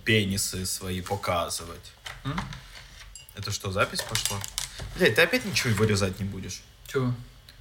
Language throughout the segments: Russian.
пенисы свои показывать. Это что, запись пошла? Блядь, ты опять ничего вырезать не будешь? Чего?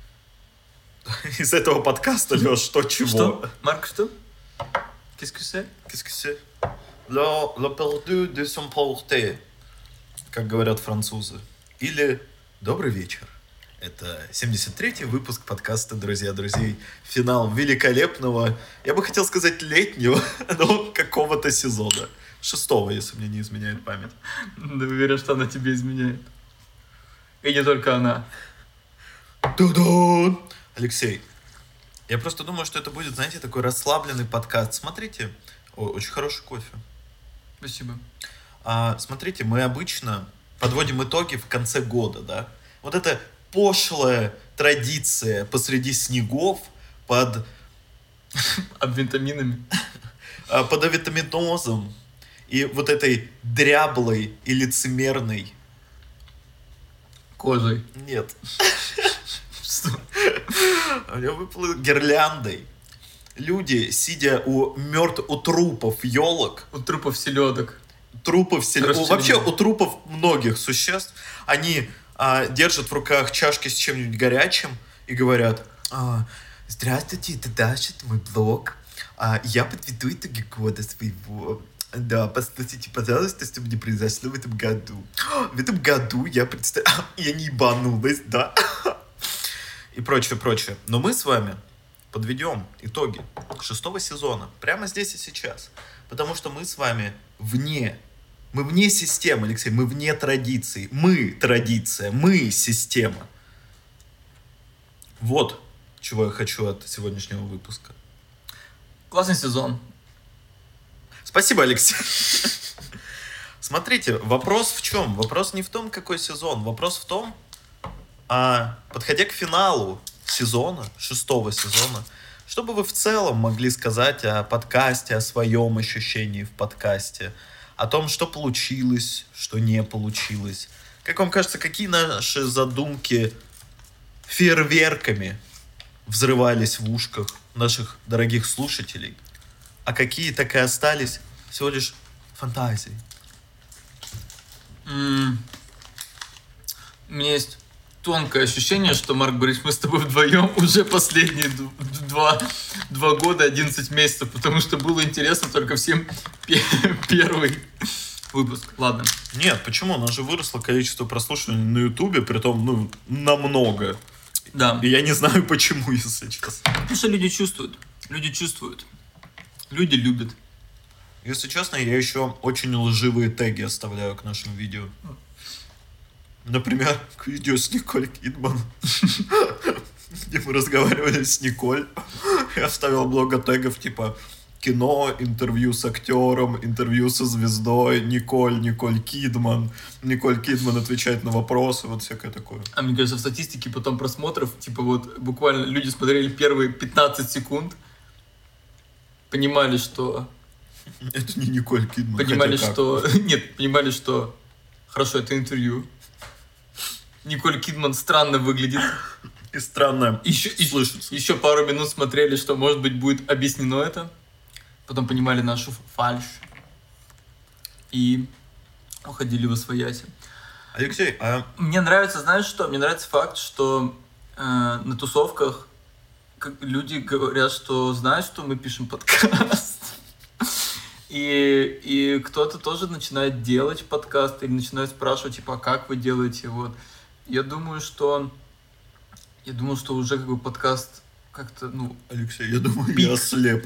Из этого подкаста, Лёш, что чего? Что? Марк, что? Qu'est-ce que c'est? Qu'est-ce que c'est? Le perdu de son porté, как говорят французы. Или «Добрый вечер». Это 73-й выпуск подкаста «Друзья друзей». Финал великолепного, я бы хотел сказать летнего, но какого-то сезона. 6-го, если мне не изменяет память. Да уверен, что она тебе изменяет. И не только она. Ту-ду! Алексей, я просто думаю, что это будет, знаете, такой расслабленный подкаст. Смотрите, очень хороший кофе. Спасибо. Смотрите, мы обычно подводим итоги в конце года, да? Вот эта пошлая традиция посреди снегов под... Абвитаминами. Под авитаминозом и вот этой дряблой и лицемерной... Кожей. Нет. Что? У меня выпало гирляндой. Люди, сидя у трупов елок... У трупов селедок. Вообще у трупов многих существ, они держат в руках чашки с чем-нибудь горячим и говорят: «Здравствуйте, это Даша, это мой блог. Я подведу итоги года своего. Да, послушайте, пожалуйста, что мне произошло в этом году. В этом году я не ебанулась, да?» И прочее. Но мы с вами подведем итоги 6-го сезона прямо здесь и сейчас. Потому что мы с вами вне системы, Алексей, мы вне традиций. Мы традиция, мы система. Вот чего я хочу от сегодняшнего выпуска. Классный сезон. Спасибо, Алексей. Смотрите, вопрос в чем? Вопрос не в том, какой сезон. Вопрос в том, подходя к финалу сезона, 6-го сезона, что бы вы в целом могли сказать о подкасте, о своем ощущении в подкасте, о том, что получилось, что не получилось. Как вам кажется, какие наши задумки фейерверками взрывались в ушках наших дорогих слушателей, а какие так и остались всего лишь фантазией? У меня есть тонкое ощущение, что, Марк Борисович, мы с тобой вдвоем уже последние 2 года, 11 месяцев, потому что было интересно только всем первый выпуск. Ладно. Нет, почему? У нас же выросло количество прослушиваний на Ютубе, притом, намного. Да. И я не знаю, почему, если честно. Потому что люди чувствуют. Люди любят. Если честно, я еще очень лживые теги оставляю к нашим видео. Например, к видео с Николь Кидман, где мы разговаривали с Николь. Я вставил много тегов типа кино, интервью с актером, интервью со звездой, Николь Кидман. Николь Кидман отвечает на вопросы, вот всякое такое. А мне кажется, в статистике потом просмотров, типа вот буквально люди смотрели первые 15 секунд, понимали, что... Это не Николь Кидман. Понимали, что... Нет, понимали, что... Хорошо, это интервью. Николь Кидман странно выглядит. И странно слышится. Еще пару минут смотрели, что, может быть, будет объяснено это. Потом понимали нашу фальшь. И уходили во свояси. Алексей, Мне нравится, знаешь что? Мне нравится факт, что на тусовках люди говорят, что знают, что мы пишем подкаст. И кто-то тоже начинает делать подкаст или начинает спрашивать, типа, как вы делаете, вот. Я думаю, что уже как бы подкаст как-то, Алексей, я думаю, я ослеп.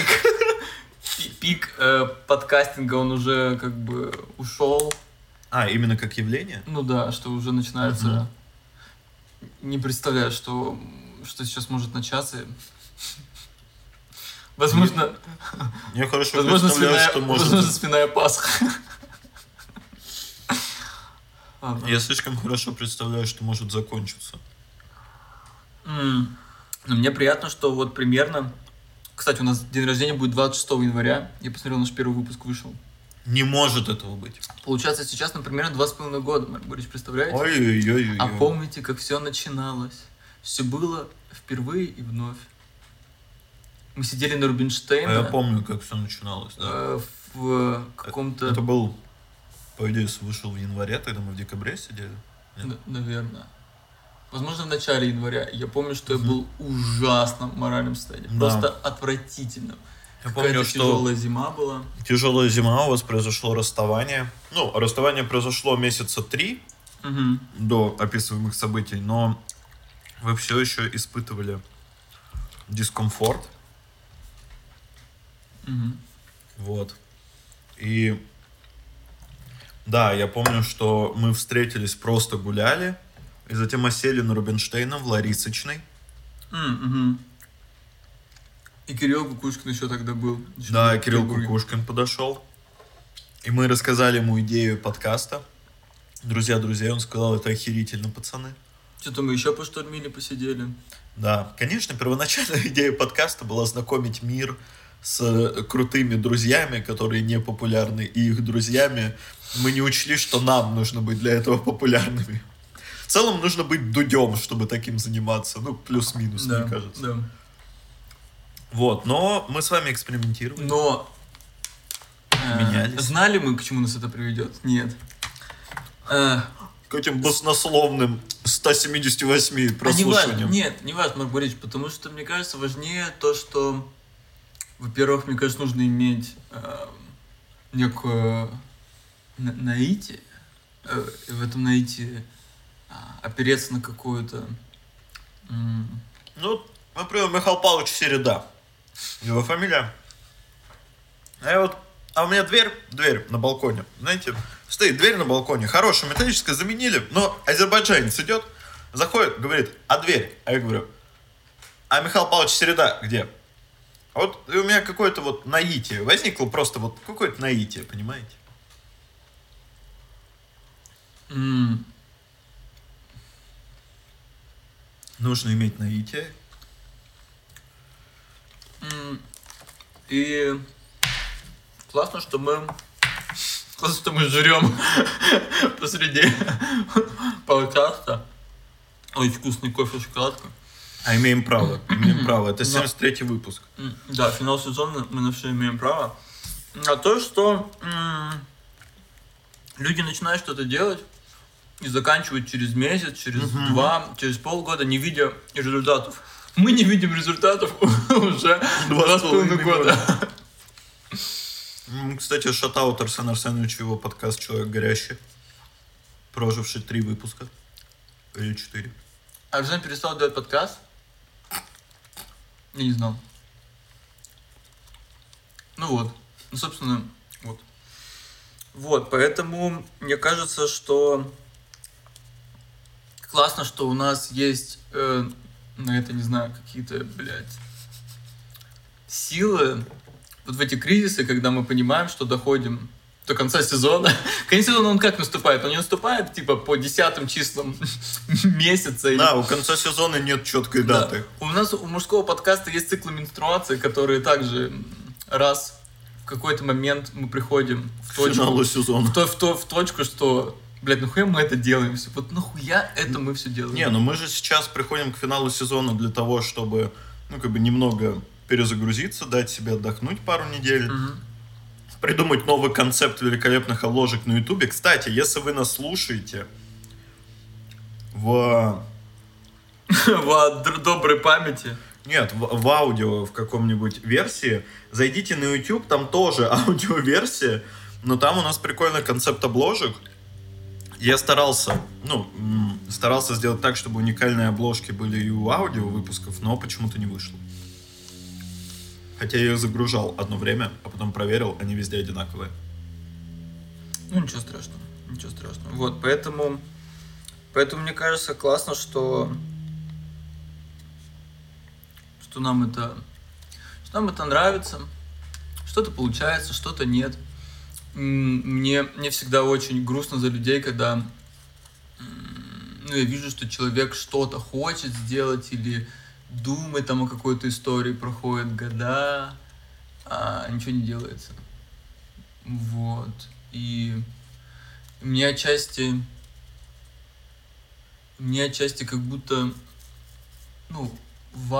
Пик подкастинга, он уже как бы ушел. Именно как явление? Ну да, что уже начинается... Не представляю, что сейчас может начаться. Возможно... Я хорошо представляю, что может... Возможно, свиная Пасха. Я слишком хорошо представляю, что может закончиться. Но мне приятно, что вот примерно... Кстати, у нас день рождения будет 26 января. Я посмотрел, наш первый выпуск вышел. Не может этого быть. Получается, сейчас, например, 2,5 года, Марк Борисович, представляете? Ой-ой-ой. А помните, как все начиналось? Все было впервые и вновь. Мы сидели на Рубинштейна. Я помню, как все начиналось, да. в каком-то... Это был, по идее, вышел в январе, тогда мы в декабре сидели. Наверное. Возможно, в начале января. Я помню, что я был в ужасном моральном состоянии. Да. Просто отвратительном. Я помню, что тяжелая зима была. Тяжелая зима, у вас произошло расставание. Ну, расставание произошло месяца 3 до описываемых событий, но вы все еще испытывали дискомфорт. Вот. И да, я помню, что мы встретились, просто гуляли, и затем осели на Рубинштейна в Ларисочной. И Кирилл Кукушкин еще тогда был. Да, Кирилл Кукушкин подошел. И мы рассказали ему идею подкаста. Друзья, он сказал, это охерительно, пацаны. Что-то мы еще по штормиле посидели. Да, конечно, первоначальная идея подкаста была знакомить мир с крутыми друзьями, которые не популярны, и их друзьями. Мы не учли, что нам нужно быть для этого популярными. В целом нужно быть Дудем, чтобы таким заниматься. Ну, плюс-минус, да, мне кажется. Да. Вот, но мы с вами экспериментировали. Но менялись. Знали мы, к чему нас это приведет? Нет. К этим баснословным 178 прослушиваниям. Не важно, Марк Борисович, потому что, мне кажется, важнее то, что, во-первых, мне кажется, нужно иметь некое наитие, в этом наитии опереться на какую-то... Ну, например, Михаил Павлович Середа. Его фамилия. А у меня дверь на балконе. Знаете, стоит дверь на балконе. Хорошая, металлическая, заменили. Но азербайджанец идет, заходит, говорит, а дверь? А я говорю, а Михаил Павлович Середа где? Вот и у меня какое-то вот наитие. Возникло просто вот какое-то наитие, понимаете? Нужно иметь наитие. И классно, что мы жрем посреди подкаста. Очень вкусный кофе, шоколадка. А имеем право. Это 73-й выпуск. Да, финал сезона, мы на все имеем право. А то, что люди начинают что-то делать и заканчивают через месяц, через 2, через полгода, не видя результатов. Мы не видим результатов уже 2,5 года. Кстати, шатаут Арсен Арсенович, его подкаст «Человек горящий», проживший 3 выпуска. Или 4. Арсен перестал делать подкаст? Я не знал. Ну вот. Ну, собственно, вот. Вот, поэтому мне кажется, что классно, что у нас есть на это, не знаю, какие-то, силы вот в эти кризисы, когда мы понимаем, что доходим до конца сезона. Конец сезона, он как наступает? Он не наступает, типа, по 10 числам месяца. Да, у конца сезона нет четкой даты. Да. У нас, у мужского подкаста есть циклы менструации, которые также раз в какой-то момент мы приходим в точку... Финалу сезона. В точку, что... нахуя мы это делаем все? Вот нахуя это мы все делаем? Не, мы же сейчас приходим к финалу сезона для того, чтобы, немного перезагрузиться, дать себе отдохнуть пару недель, придумать новый концепт великолепных обложек на Ютубе. Кстати, если вы нас слушаете в доброй памяти. Нет, в аудио в каком-нибудь версии, зайдите на YouTube, там тоже аудиоверсия, но там у нас прикольный концепт обложек. Я старался сделать так, чтобы уникальные обложки были и у аудио выпусков, но почему-то не вышло. Хотя я их загружал одно время, а потом проверил, они везде одинаковые. Ну, ничего страшного. Вот, поэтому мне кажется, классно, что нам это нравится, что-то получается, что-то нет. Мне всегда очень грустно за людей, когда я вижу, что человек что-то хочет сделать или думает там о какой-то истории, проходят года, а ничего не делается. Вот. И мне отчасти как будто,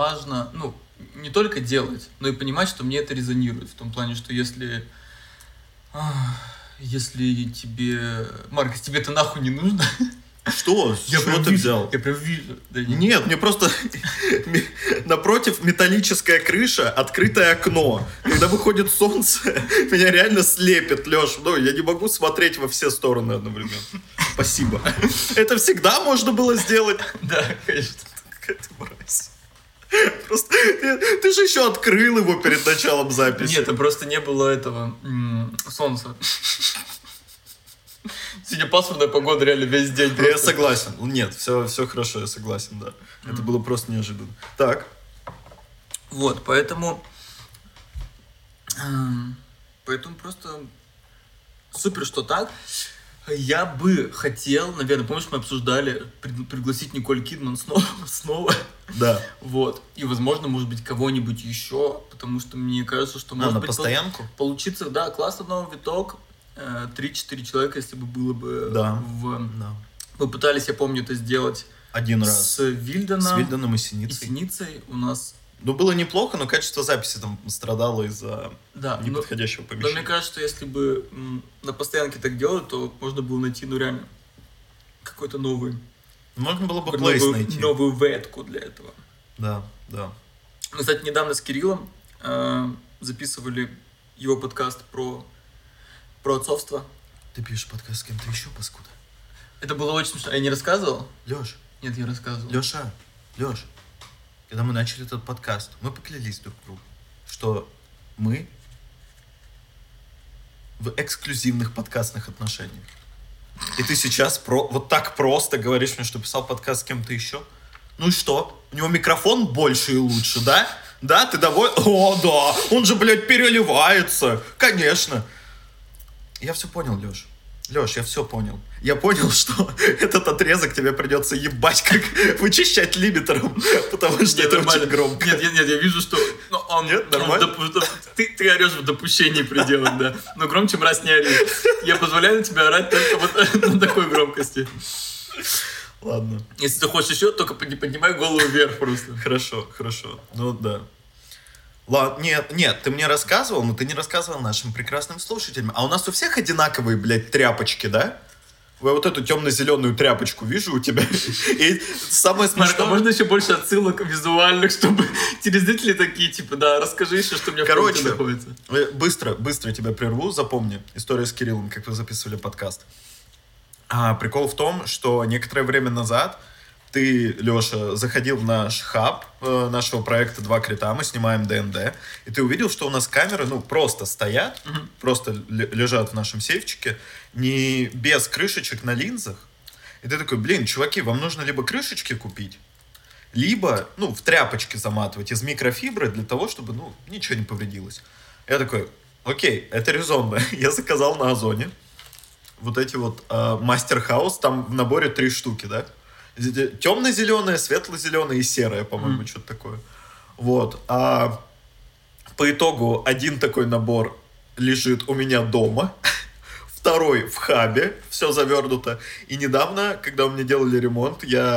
важно, не только делать, но и понимать, что мне это резонирует. В том плане, что если Если тебе... Марк, если тебе это нахуй не нужно... Что? Что ты взял? Я прям вижу. Да, нет, мне просто напротив металлическая крыша, открытое окно. Когда выходит солнце, меня реально слепит, Леш. Ну, я не могу смотреть во все стороны одновременно. Спасибо. Это всегда можно было сделать? Да, конечно. Какая-то мразь. Просто ты же еще открыл его перед началом записи. Нет, просто не было этого солнца. Сегодня пасмурная погода реально весь день. Я согласен. Нет, все хорошо, я согласен, да. Это было просто неожиданно. Так. Вот, поэтому просто супер, что так. Я бы хотел, наверное, помнишь, мы обсуждали пригласить Николь Кидман снова. Да. Вот. И, возможно, может быть, кого-нибудь еще, потому что мне кажется, что может на быть постоянку? Получится, да, классный новый виток. 3-4 человека, если бы было бы да. Мы пытались, я помню, это сделать один раз. С Вильданом и Синицей. И Синицей у нас... Ну, было неплохо, но качество записи там страдало из-за неподходящего помещения. Но мне кажется, что если бы на постоянке так делать, то можно было найти, ну, реально, какой-то новый... Можно было бы плейс найти. Новую ветку для этого. Да. Мы, кстати, недавно с Кириллом записывали его подкаст про отцовство. Ты пишешь подкаст с кем-то еще, паскуда? Это было очень смешно. Я не рассказывал? Лёш. Нет, я рассказывал. Лёш. Когда мы начали этот подкаст, мы поклялись друг другу, что мы в эксклюзивных подкастных отношениях. И ты сейчас вот так просто говоришь мне, что писал подкаст с кем-то еще? Ну и что? У него микрофон больше и лучше, да? Да, ты доволен? О, да, он же, блядь, переливается. Конечно. Я все понял, Леш. Леш, я все понял. Я понял, что этот отрезок тебе придется ебать, как вычищать лимитером, потому что это очень громко. Нет, я вижу, что... Нет, нормально? Ты орешь в допущении пределах, да. Но громче мразь не ори. Я позволяю на тебя орать только вот на такой громкости. Ладно. Если ты хочешь еще, только поднимай голову вверх просто. Хорошо. Ну да. Ладно, нет, ты мне рассказывал, но ты не рассказывал нашим прекрасным слушателям. А у нас у всех одинаковые, блядь, тряпочки, да? Я вот эту темно-зеленую тряпочку вижу у тебя. И самое смешное... Можно еще больше отсылок визуальных, чтобы телезрители такие, типа, да, расскажи еще, что у меня в комнате находится. Быстро тебя прерву, запомни. История с Кириллом, как вы записывали подкаст. Прикол в том, что некоторое время назад ты, Леша, заходил в наш хаб нашего проекта «Два крита», мы снимаем ДНД, и ты увидел, что у нас камеры, просто стоят, просто лежат в нашем сейфчике, не без крышечек на линзах. И ты такой, блин, чуваки, вам нужно либо крышечки купить, либо, в тряпочки заматывать из микрофибры для того, чтобы, ничего не повредилось. Я такой, окей, это резонно. Я заказал на Озоне вот эти вот Мастер Хаус, там в наборе 3 штуки, да? Темно-зеленое, светло-зеленое и серое, по-моему, что-то такое. Вот. А по итогу один такой набор лежит у меня дома, второй в хабе, все завернуто. И недавно, когда у меня делали ремонт,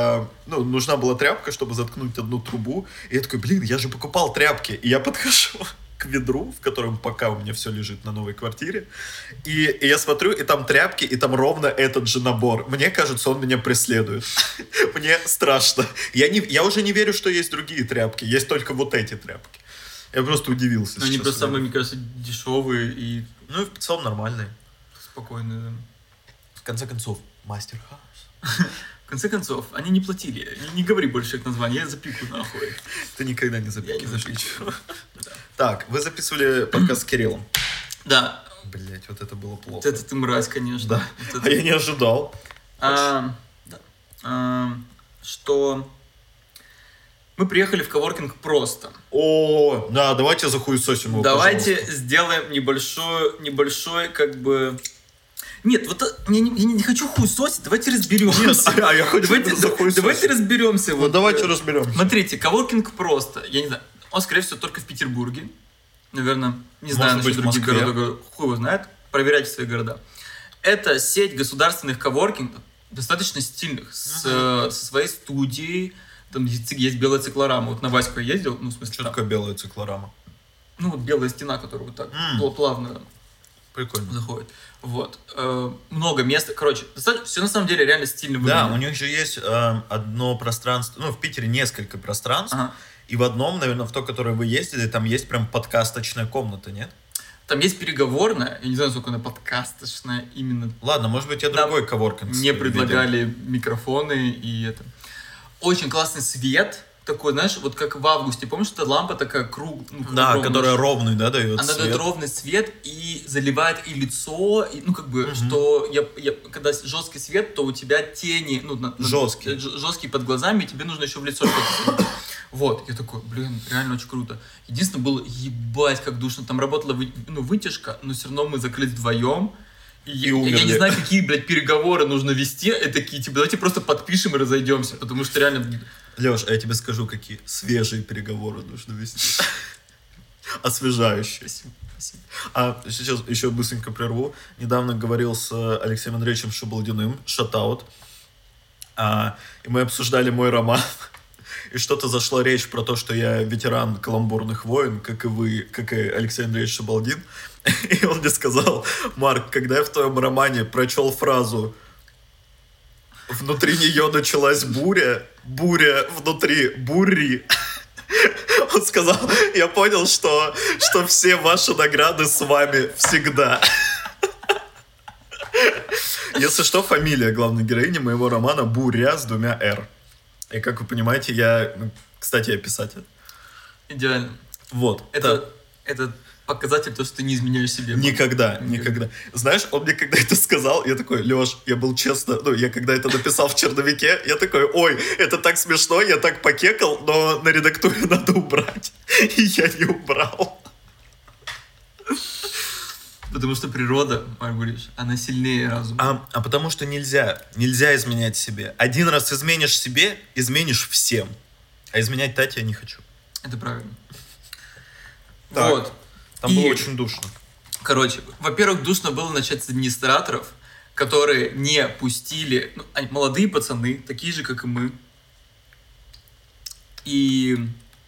нужна была тряпка, чтобы заткнуть одну трубу. И я такой, блин, я же покупал тряпки. И я подхожу к ведру, в котором пока у меня все лежит на новой квартире. И я смотрю, и там тряпки, и там ровно этот же набор. Мне кажется, он меня преследует. Мне страшно. Я уже не верю, что есть другие тряпки. Есть только вот эти тряпки. Я просто удивился. Они просто самые, мне кажется, дешевые и... и в целом нормальные. Спокойные, да. В конце концов, Мастер Хаус. В конце концов, они не платили. Не говори больше их название, я запику нахуй. Ты никогда не запикаешь. Я не запикаю. Так, вы записывали подкаст с Кириллом. Да. Блять, вот это было плохо. Это ты мразь, конечно. Да. Вот я не ожидал. Что мы приехали в коворкинг просто. О, да, давайте захуесосим его, давайте сделаем небольшой, как бы... Нет, вот я не хочу хуесосить, давайте разберемся. Нет, я хочу захуесосить. Давайте разберемся. Ну, давайте разберемся. Смотрите, коворкинг просто. Я не знаю, он, скорее всего, только в Петербурге. Наверное, не знаю, насчет других городов. Хуй его знает. Проверяйте свои города. Это сеть государственных коворкингов, достаточно стильных, со своей студией. Там есть белая циклорама. Вот на Ваську я ездил, в смысле... Что такое белая циклорама? Вот белая стена, которая вот так плавно... Прикольно. Заходит. Вот. Много мест. Короче, все на самом деле реально стильно выглядит. Да, у них же есть одно пространство, ну, в Питере несколько пространств, и в одном, наверное, в то, которое вы ездили, там есть прям подкасточная комната, нет? Там есть переговорная, я не знаю, сколько она подкасточная именно. Ладно, может быть, я другой коворкинг мне предлагали микрофоны и это. Очень классный свет. Такой, знаешь, вот как в августе, помнишь, эта лампа такая да, которая ровный, да, дает она свет. дает ровный свет и заливает и лицо, и, ну, как бы, что когда жесткий свет, то у тебя тени, жесткие под глазами, и тебе нужно еще в лицо что-то. Вот, я такой, блин, реально очень круто. Единственное было, ебать, как душно. Там работала вытяжка, но все равно мы закрылись вдвоем. Я не знаю, какие, блядь, переговоры нужно вести. И такие, типа, давайте просто подпишем и разойдемся, потому что реально... Леш, а я тебе скажу, какие свежие переговоры нужно вести. Освежающие. Спасибо. А сейчас еще быстренько прерву. Недавно говорил с Алексеем Андреевичем Шабалдиным, шатаут. И мы обсуждали мой роман. И что-то зашла речь про то, что я ветеран каламбурных войн, как и вы, как и Алексей Андреевич Шабалдин. И он мне сказал: Марк, когда я в твоем романе прочел фразу «Внутри нее началась буря, буря внутри бури», он сказал: я понял, что все ваши награды с вами всегда. Если что, фамилия главной героини моего романа Буря с 2 «Р». И, как вы понимаете, кстати, я писатель. Идеально. Вот. Это показатель, то, что ты не изменяешь себе. Никогда. Знаешь, он мне когда это сказал, я такой: Леш, я был честно, я когда это написал в черновике, я такой: ой, это так смешно, я так покекал, но на редактуре надо убрать. И я не убрал. Потому что природа, Марк Борисович, она сильнее разума. А потому что нельзя изменять себе. Один раз изменишь себе, изменишь всем. А изменять Тате я не хочу. Это правильно. Так, вот. Там было очень душно. Короче, во-первых, душно было начать с администраторов, которые не пустили... они молодые пацаны, такие же, как и мы. И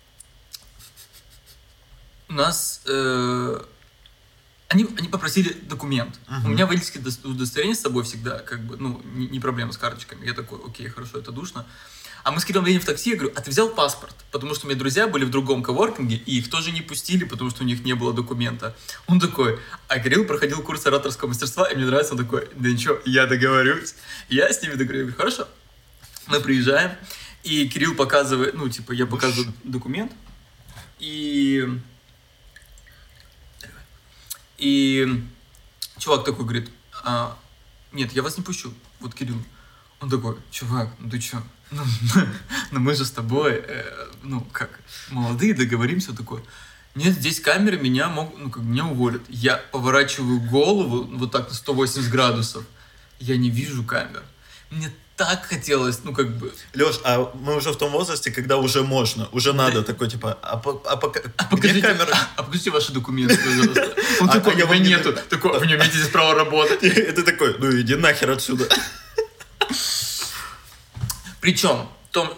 у нас... Они попросили документ. У меня водительское удостоверение с собой всегда, как бы, не проблема с карточками. Я такой: окей, хорошо, это душно. А мы с Кириллом едем в такси, я говорю: а ты взял паспорт? Потому что у меня друзья были в другом коворкинге, и их тоже не пустили, потому что у них не было документа. Он такой: а Кирилл проходил курс ораторского мастерства, и мне нравится, он такой: да ничего, я договорюсь. Я с ними договорюсь. Хорошо. Мы приезжаем, и Кирилл показывает, я показываю документ, и чувак такой говорит: нет, я вас не пущу. Вот Кирилл. Он такой: чувак, ты чё? Мы же с тобой, молодые, договоримся. Такой: нет, здесь камеры, меня уволят. Я поворачиваю голову вот так на 180 градусов. Я не вижу камер. Мне так хотелось, Леш, а мы уже в том возрасте, когда уже можно, уже надо такой, типа: где камера? Покажите ваши документы, пожалуйста. Он такой: его нету. Такой: вы не имеете здесь права работать. И ты такой: иди нахер отсюда. Причем,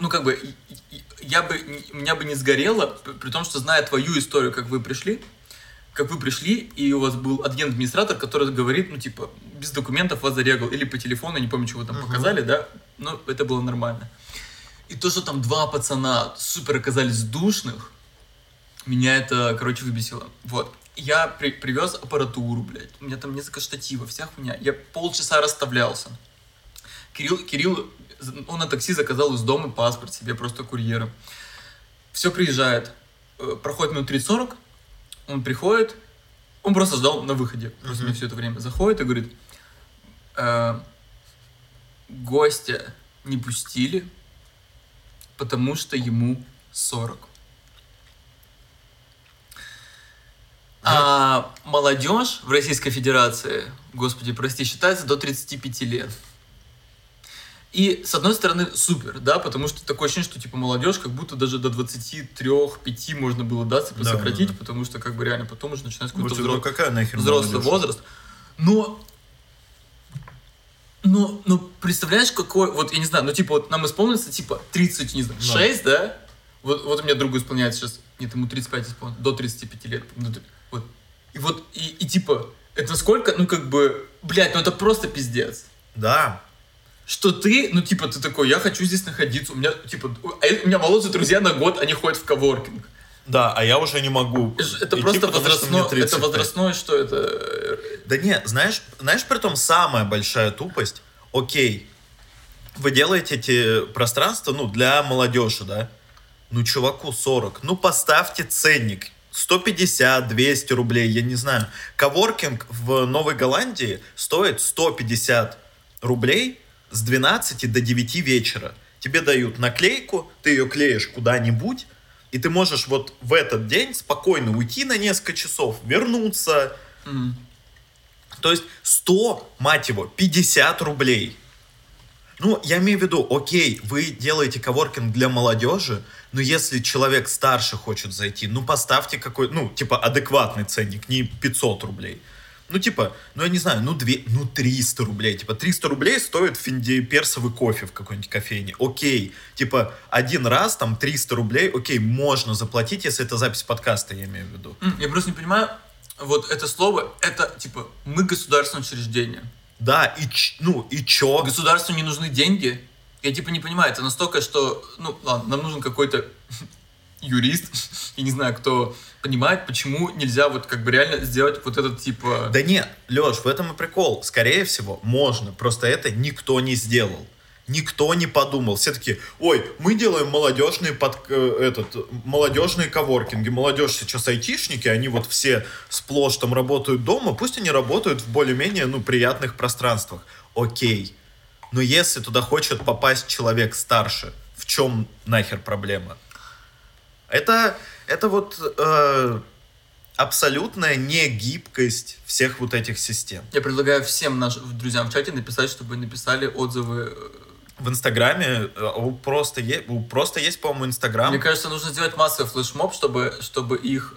меня бы не сгорело, при том, что, зная твою историю, как вы пришли, и у вас был агент-администратор, который говорит, без документов вас зарегал, или по телефону, не помню, что вы там показали, да, но это было нормально. И то, что там 2 пацана супер оказались душных, меня это, выбесило. Вот. Я привез аппаратуру, блядь, у меня там несколько штативов, вся хуйня, я полчаса расставлялся. Кирилл, он на такси заказал из дома паспорт себе просто курьером. Все приезжает, проходит минут 30-40, он приходит, он просто ждал на выходе, просто мне все это время заходит и говорит: гостя не пустили, потому что ему 40. А молодежь в Российской Федерации, господи, прости, считается до 35 лет. И, с одной стороны, супер, да, потому что такое ощущение, что, молодежь как будто даже до 23-5 можно было, сократить, потому что, реально потом уже начинается какой-то взрослый возраст. Но, представляешь, какой, вот, я не знаю, нам исполнится, 30, не знаю, 6, да? Вот у меня другу исполняется сейчас, нет, ему 35 исполнится, до 35 лет. Вот. И Это сколько, ну как бы, блядь, ну это просто пиздец. Да. Что ты, ну типа ты такой, я хочу здесь находиться, у меня типа, у меня молодые друзья на год, они ходят в коворкинг. Да, а я уже не могу. Это идти, просто возрастное, это возрастное, что это... Да нет, знаешь, при том самая большая тупость, окей, вы делаете эти пространства, ну, для молодежи, да? Ну, чуваку 40, ну, поставьте ценник. 150, 200 рублей, я не знаю. Коворкинг в Новой Голландии стоит 150 рублей с 12 до 9 вечера. Тебе дают наклейку, ты ее клеишь куда-нибудь, и ты можешь вот в этот день спокойно уйти на несколько часов, вернуться. То есть 100, мать его, 50 рублей. Ну, я имею в виду, окей, вы делаете коворкинг для молодежи, но если человек старше хочет зайти, ну, поставьте какой, ну, типа, адекватный ценник, не 500 рублей. Ну, типа, ну, я не знаю, ну, 300 рублей. Типа, 300 рублей стоит персовый кофе в какой-нибудь кофейне. Окей. Типа, один раз, там, 300 рублей, окей, можно заплатить, если это запись подкаста, я имею в виду. Я просто не понимаю, вот это слово, это, типа, мы государственное учреждение. Да, и чё? Государству не нужны деньги. Я типа не понимаю, это настолько, что, ну, ладно, нам нужен какой-то юрист, я не знаю, кто понимает, почему нельзя вот как бы реально сделать вот этот типа... Да нет, Лёш, в этом и прикол. Скорее всего, можно, просто это никто не сделал. Никто не подумал. Все такие, ой, мы делаем молодежные молодежные коворкинги. Молодежь сейчас айтишники, они вот все сплошь там работают дома, пусть они работают в более-менее, ну, приятных пространствах. Окей. Но если туда хочет попасть человек старше, в чем нахер проблема? Это вот абсолютная негибкость всех вот этих систем. Я предлагаю всем нашим друзьям в чате написать, чтобы написали отзывы. В Инстаграме просто есть, по-моему, Инстаграм. Мне кажется, нужно сделать массовый флешмоб, чтобы их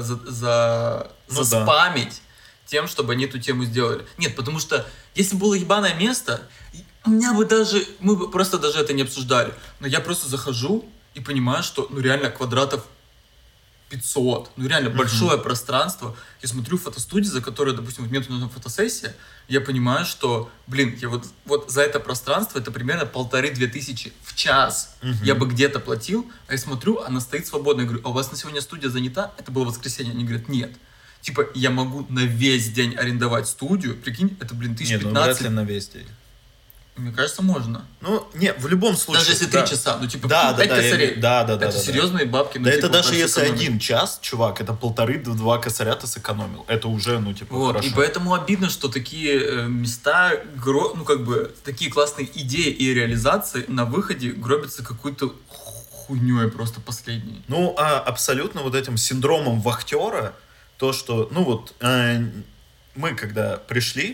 заспамить тем, чтобы они эту тему сделали. Нет, потому что если было ебаное место, мы бы просто даже это не обсуждали. Но я просто захожу и понимаю, что ну реально квадратов 500, ну реально большое пространство. Я смотрю фотостудии, за которые, допустим, мне нужна фотосессия, я понимаю, что, блин, я вот за это пространство это примерно 1500-2000 в час. Я бы где-то платил, а я смотрю, она стоит свободно. Я говорю, а у вас на сегодня студия занята? Это было воскресенье. Они говорят, нет. Типа, я могу на весь день арендовать студию. Прикинь, это, блин, 1015. Нет, ну вряд ли на весь день. Мне кажется, можно. Ну, не, в любом случае. Даже если 3 часа, ну типа 5 косарей. Да. Это серьезные бабки. Ну, да, типа, это даже если 1 час, чувак, это 1,5-2 косаря ты сэкономил. Это уже, ну, типа, вот, хорошо. И поэтому обидно, что такие места, ну, как бы, такие классные идеи и реализации на выходе гробятся какой-то хуйней просто последней. Ну, абсолютно вот этим синдромом вахтера, то, что, ну, вот, мы когда пришли,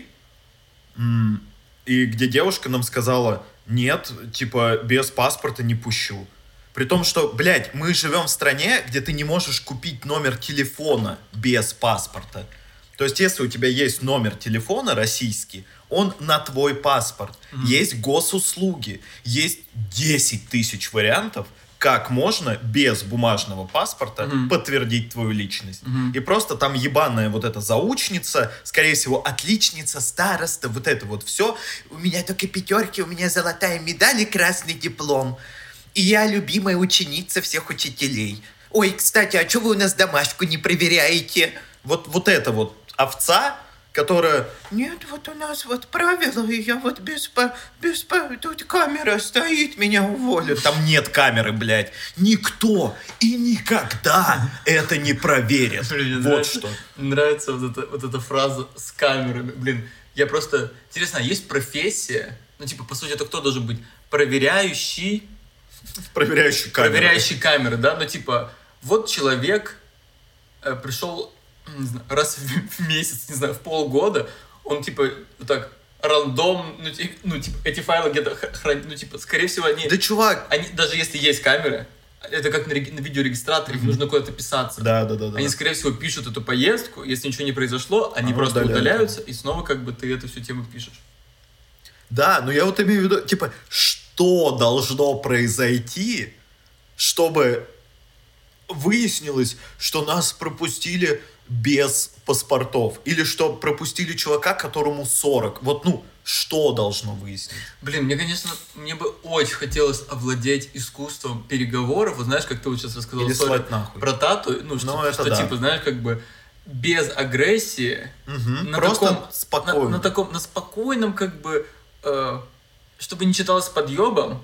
и где девушка нам сказала, нет, типа, без паспорта не пущу. При том, что, блядь, мы живем в стране, где ты не можешь купить номер телефона без паспорта. То есть, если у тебя есть номер телефона российский, он на твой паспорт. Есть госуслуги, есть 10 тысяч вариантов, как можно без бумажного паспорта подтвердить твою личность. И просто там ебаная вот эта заучница, скорее всего, отличница, староста, вот это вот все. У меня только 5, у меня золотая медаль и красный диплом. И я любимая ученица всех учителей. Ой, кстати, а что вы у нас домашку не проверяете? Вот это вот овца, которая... Нет, вот у нас вот правила, и я вот тут камера стоит, меня уволят. Там нет камеры, блядь. Никто и никогда это не проверит. Блин, вот что. Нравится вот эта фраза с камерами. Блин, я просто... Интересно, а есть профессия? Ну, типа, по сути, это кто должен быть? Проверяющий камеры. Проверяющий камеры, да? Ну, типа, вот человек пришел... не знаю, раз в месяц, не знаю, в полгода, он, типа, вот так, рандом, ну, типа, эти файлы где-то хранят, ну, типа, скорее всего, они... Да, чувак! Они, даже если есть камеры, это как на видеорегистраторе, нужно куда-то писаться. Да. Они, скорее всего, пишут эту поездку, если ничего не произошло, они просто удаляются, и снова, как бы, ты эту всю тему пишешь. Да, но я вот имею в виду, типа, что должно произойти, чтобы... выяснилось, что нас пропустили без паспортов. Или что пропустили чувака, которому 40. Вот, ну, что должно выяснить? Блин, мне бы очень хотелось овладеть искусством переговоров. Вот знаешь, как ты вот сейчас рассказал Или слать нахуй. про тату, ну, что да. типа, знаешь, как бы без агрессии, просто спокойно. На спокойном, как бы, чтобы не читалось подъебом,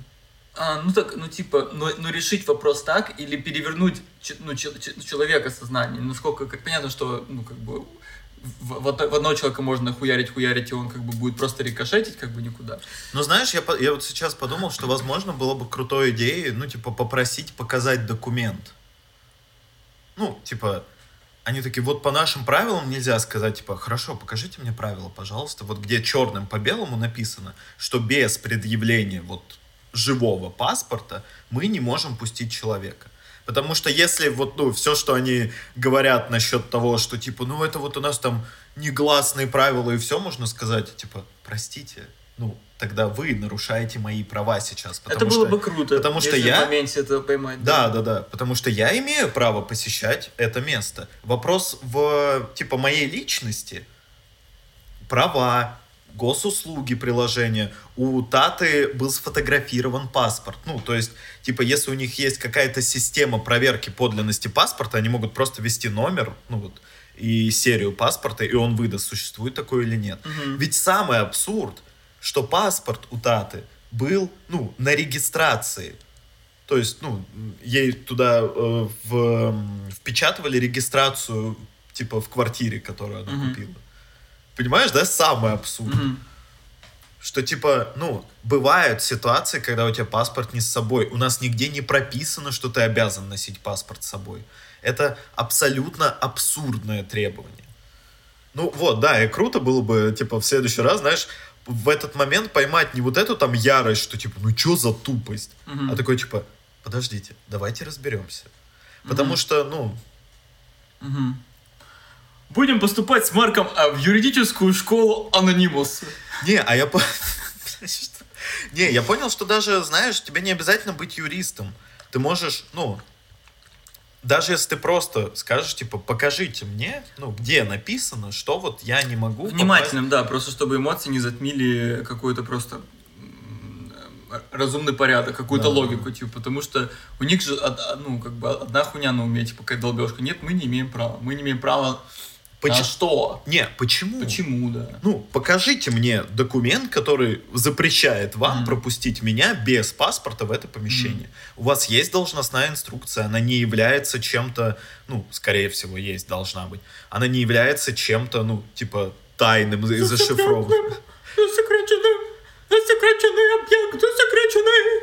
решить вопрос так, или перевернуть человека сознание. Насколько, как понятно, что, ну, как бы, в одного человека можно хуярить, и он как бы будет просто рикошетить как бы никуда. Ну, знаешь, я вот сейчас подумал, что, возможно, было бы крутой идеей, ну, типа, попросить показать документ. Ну, типа, они такие, вот по нашим правилам нельзя сказать, типа, хорошо, покажите мне правила, пожалуйста, вот где черным по белому написано, что без предъявления вот живого паспорта мы не можем пустить человека. Потому что если вот, ну, все, что они говорят насчет того, что, типа, ну, это вот у нас там негласные правила и все, можно сказать, типа, простите, ну, тогда вы нарушаете мои права сейчас. Это было бы круто, потому что если в моменте это поймать. Да, потому что я имею право посещать это место. Вопрос в, типа, моей личности, права, госуслуги приложения. У Таты был сфотографирован паспорт. Ну, то есть, типа, если у них есть какая-то система проверки подлинности паспорта, они могут просто ввести номер, ну вот, и серию паспорта, и он выдаст, существует такое или нет. Ведь самый абсурд, что паспорт у Таты был, ну, на регистрации. То есть, ну, ей туда впечатывали регистрацию, типа, в квартире, которую она купила. Понимаешь, да, самый абсурд. Что, типа, ну, бывают ситуации, когда у тебя паспорт не с собой. У нас нигде не прописано, что ты обязан носить паспорт с собой. Это абсолютно абсурдное требование. Ну, вот, да, и круто было бы, типа, в следующий раз, знаешь, в этот момент поймать не вот эту там ярость, что, типа, ну, что за тупость? А такой, типа, подождите, давайте разберемся. Потому что, ну... Будем поступать с Марком в юридическую школу Анонимус. Я понял, что даже, знаешь, тебе не обязательно быть юристом. Ты можешь, ну, даже если ты просто скажешь, типа, покажите мне, ну, где написано, что вот я не могу внимательным, да, просто чтобы эмоции не затмили какой-то просто разумный порядок, какую-то логику, типа, потому что у них же, ну, как бы, одна хуйня на уме, типа, какая долбежка. Нет, мы не имеем права. Мы не имеем права. А что? Не, почему? Почему, да? Ну, покажите мне документ, который запрещает вам пропустить меня без паспорта в это помещение. У вас есть должностная инструкция, она не является чем-то, ну, скорее всего, есть, должна быть. Она не является чем-то, ну, типа, тайным и зашифрованным. Засекреченный объект, засекреченный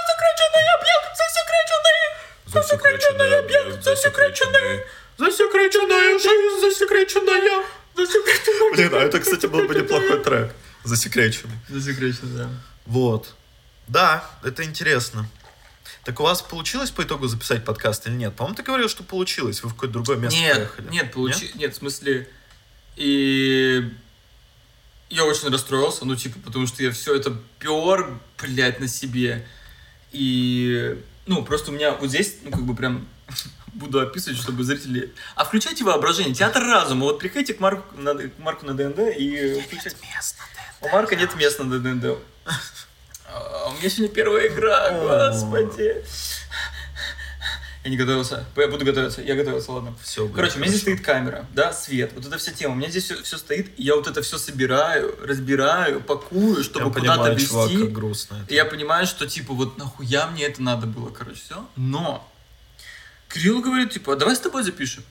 объект, засекреченный. Засекреченная жизнь, засекреченная. Блин, а это, кстати, был бы неплохой трек. Засекреченный. Засекреченный, да. Вот. Да, это интересно. Так у вас получилось по итогу записать подкаст или нет? По-моему, ты говорил, что получилось. Вы в какое-то другое место поехали. Нет, в смысле... И я очень расстроился, ну, типа, потому что я все это пер, блядь, на себе. И, ну, просто у меня вот здесь, ну, как бы прям... Буду описывать, чтобы зрители... А включайте воображение. Театр разума. Вот приходите к Марку на ДНД и... Нет мест на ДНД. У Марка нет мест на ДНД. У меня сегодня первая игра, господи. Я не готовился. Я буду готовиться. Я готовился, ладно. Все, короче, у меня здесь стоит камера, да, свет. Вот это вся тема. У меня здесь все стоит, и я вот это все собираю, разбираю, пакую, чтобы куда-то везти. Чувак, как грустно это. И я понимаю, что, типа, вот нахуя мне это надо было, короче, все. Но... Кирилл говорит, типа, давай с тобой запишем.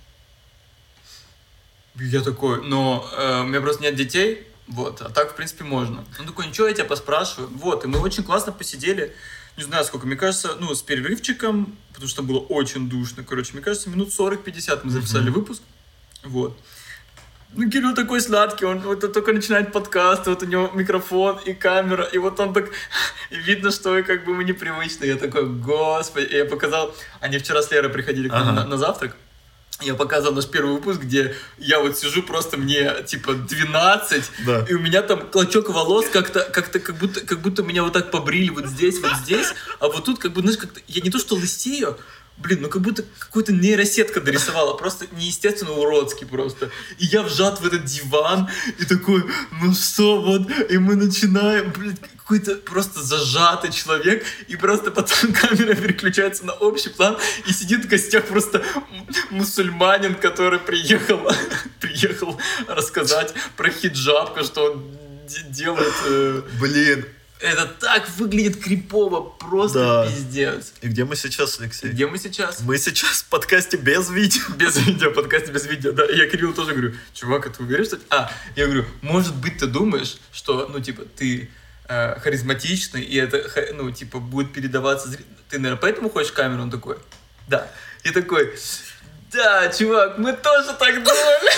Я такой, но у меня просто нет детей, вот, а так, в принципе, можно. Он такой, ничего, я тебя поспрашиваю. Вот, и мы очень классно посидели, не знаю сколько, мне кажется, ну, с перерывчиком, потому что было очень душно, короче, мне кажется, минут 40-50 мы записали выпуск, вот. Ну, Кирилл такой сладкий, он вот только начинает подкаст, вот у него микрофон и камера, и вот он так, и видно, что как бы мы непривычны. Я такой, господи, и я показал, они вчера с Лерой приходили к нам на завтрак, я показал наш первый выпуск, где я вот сижу, просто мне, типа, 12, да. И у меня там клочок волос как будто меня вот так побрили вот здесь, а вот тут, как бы, знаешь, как-то, я не то что лысею, блин, ну как будто какую-то нейросетка дорисовала, просто неестественно уродский просто. И я вжат в этот диван, и такой, ну что, вот, и мы начинаем, блин, какой-то просто зажатый человек, и просто потом камера переключается на общий план, и сидит в гостях просто мусульманин, который приехал рассказать про хиджабку, что он делает... Блин. Это так выглядит крипово, просто пиздец. И где мы сейчас, Алексей? Где мы сейчас? Мы сейчас в подкасте без видео. Без видео, подкасте без видео, да. И я Кириллу тоже говорю, чувак, а ты уверен, что... Я говорю, может быть, ты думаешь, что, ну, типа, ты харизматичный, и это, ну, типа, будет передаваться... Ты, наверное, поэтому хочешь камеру? Он такой, да. И такой, да, чувак, мы тоже так думали.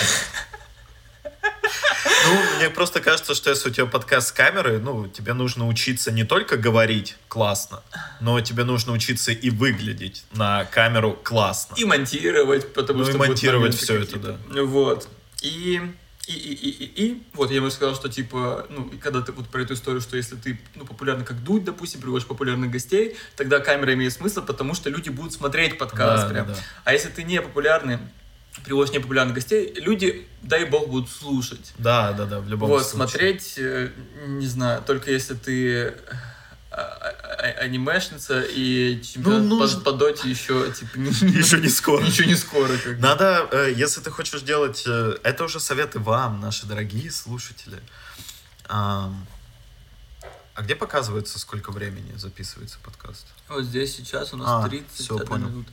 Ну, мне просто кажется, что если у тебя подкаст с камерой, ну, тебе нужно учиться не только говорить классно, но тебе нужно учиться и выглядеть на камеру классно. И монтировать, потому что... Ну, и монтировать все это, да. Вот. И вот я ему сказал, что типа, ну, и когда ты вот про эту историю, что если ты, ну, популярный как Дудь, допустим, приводишь популярных гостей, тогда камера имеет смысл, потому что люди будут смотреть подкаст прям. Да. А если ты не популярный, приводишь непопулярных гостей, люди, дай бог, будут слушать. Да, в любом вот, случае. Смотреть, не знаю, только если ты анимешница и чемпион по доте еще, типа... Еще не скоро. Еще не скоро. Надо, если ты хочешь делать... Это уже советы вам, наши дорогие слушатели. А где показывается, сколько времени записывается подкаст? Вот здесь сейчас у нас 31 минут.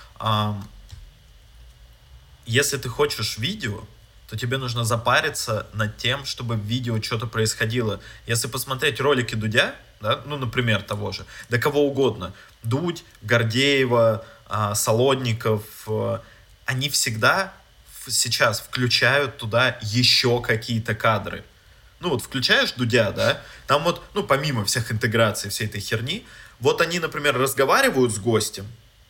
Если ты хочешь видео, то тебе нужно запариться над тем, чтобы в видео что-то происходило. Если посмотреть ролики Дудя, да, ну, например, того же, да кого угодно, Дудь, Гордеева, Солодников, они всегда сейчас включают туда еще какие-то кадры. Ну, вот включаешь Дудя, да, там вот, ну, помимо всех интеграций, всей этой херни, вот они, например, разговаривают с гостем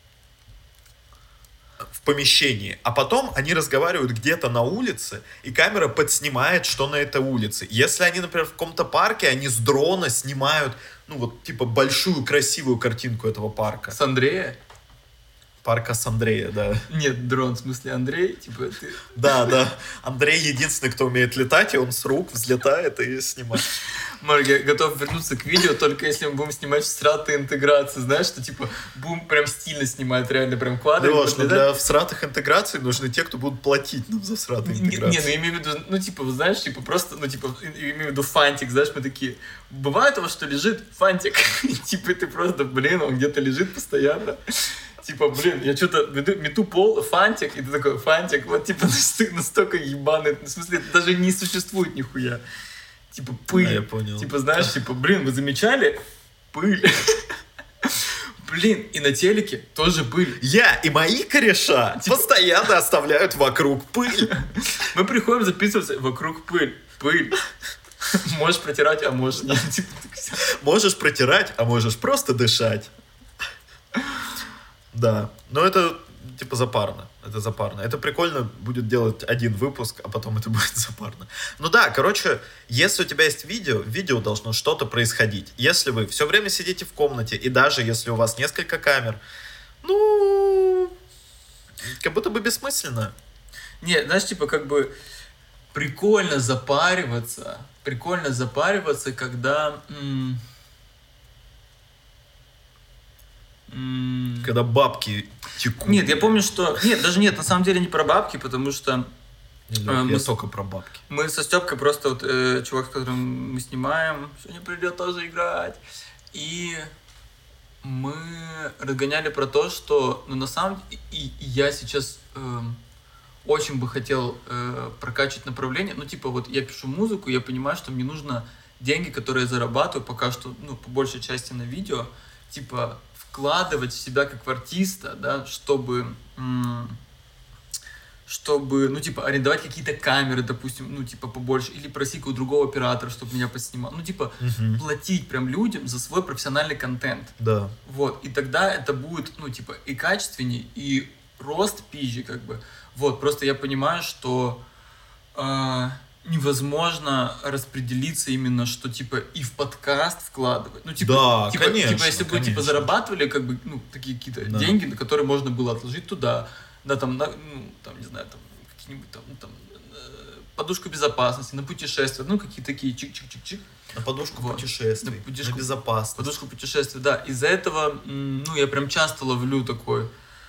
в помещении, а потом они разговаривают где-то на улице, и камера подснимает, что на этой улице. Если они, например, в каком-то парке, они с дрона снимают, ну вот, типа, большую красивую картинку этого парка. С Андрея? Парка с Андрея, да. Нет, дрон, в смысле Андрей, типа ты... Да. Андрей единственный, кто умеет летать, и он с рук взлетает и снимает. Марк, я готов вернуться к видео, только если мы будем снимать всратые интеграции, знаешь, что типа будем прям стильно снимать, реально прям квадры. Леш, но для всратых интеграций нужны те, кто будут платить нам за всратые интеграции. Не, ну имею в виду, ну типа, знаешь, типа просто, ну типа, имею в виду фантик, знаешь, мы такие, бывает у вас, что лежит фантик, типа ты просто, блин, он где-то лежит постоянно. Типа, блин, я что-то мету пол, фантик, и ты такой, фантик, вот, типа, настолько ебаный, в смысле, это даже не существует нихуя. Типа, пыль. Да, я понял. Типа, знаешь, типа, блин, вы замечали? Пыль. Блин, и на телеке тоже пыль. Я и мои кореша постоянно оставляют вокруг пыль. Мы приходим записываться, вокруг пыль. Пыль. Можешь протирать, а можешь нет. Можешь протирать, а можешь просто дышать. Да, но это типа запарно. Это запарно. Это прикольно будет делать один выпуск, а потом это будет запарно. Ну да, короче, если у тебя есть видео, в видео должно что-то происходить. Если вы все время сидите в комнате, и даже если у вас несколько камер, ну, как будто бы бессмысленно. Не, знаешь, типа, как бы прикольно запариваться, когда... Когда бабки текут. Нет, я помню, что... Нет, даже нет, на самом деле не про бабки, потому что... Я только про бабки. Мы со Стёпкой просто, вот, чувак, с которым мы снимаем, сегодня придет тоже играть. И мы разгоняли про то, что, ну, на самом деле, и я сейчас очень бы хотел прокачивать направление. Ну, типа, вот я пишу музыку, я понимаю, что мне нужно деньги, которые я зарабатываю, пока что, ну, по большей части на видео, типа, вкладывать в себя как в артиста, да, чтобы, ну, типа, арендовать какие-то камеры, допустим, ну, типа, побольше, или просить у другого оператора, чтобы меня поснимал. Ну, типа, платить прям людям за свой профессиональный контент. Да. Вот, и тогда это будет, ну, типа, и качественнее, и рост пизжи, как бы. Вот, просто я понимаю, что невозможно распределиться именно, что типа и в подкаст вкладывать. Ну, типа, Да, типа, конечно, типа если бы конечно. типа зарабатывали, как бы, ну, такие какие-то Да. деньги, на которые можно было отложить туда, да, там, на, ну, там, не знаю, там, какие-нибудь там, ну, там, подушку безопасности, на путешествия, ну, какие-то такие чик-чик-чик-чик. На подушку Вот. путешествий, На подушку- на безопасность. Подушку путешествий, да. Из-за этого, ну, я прям часто ловлю такой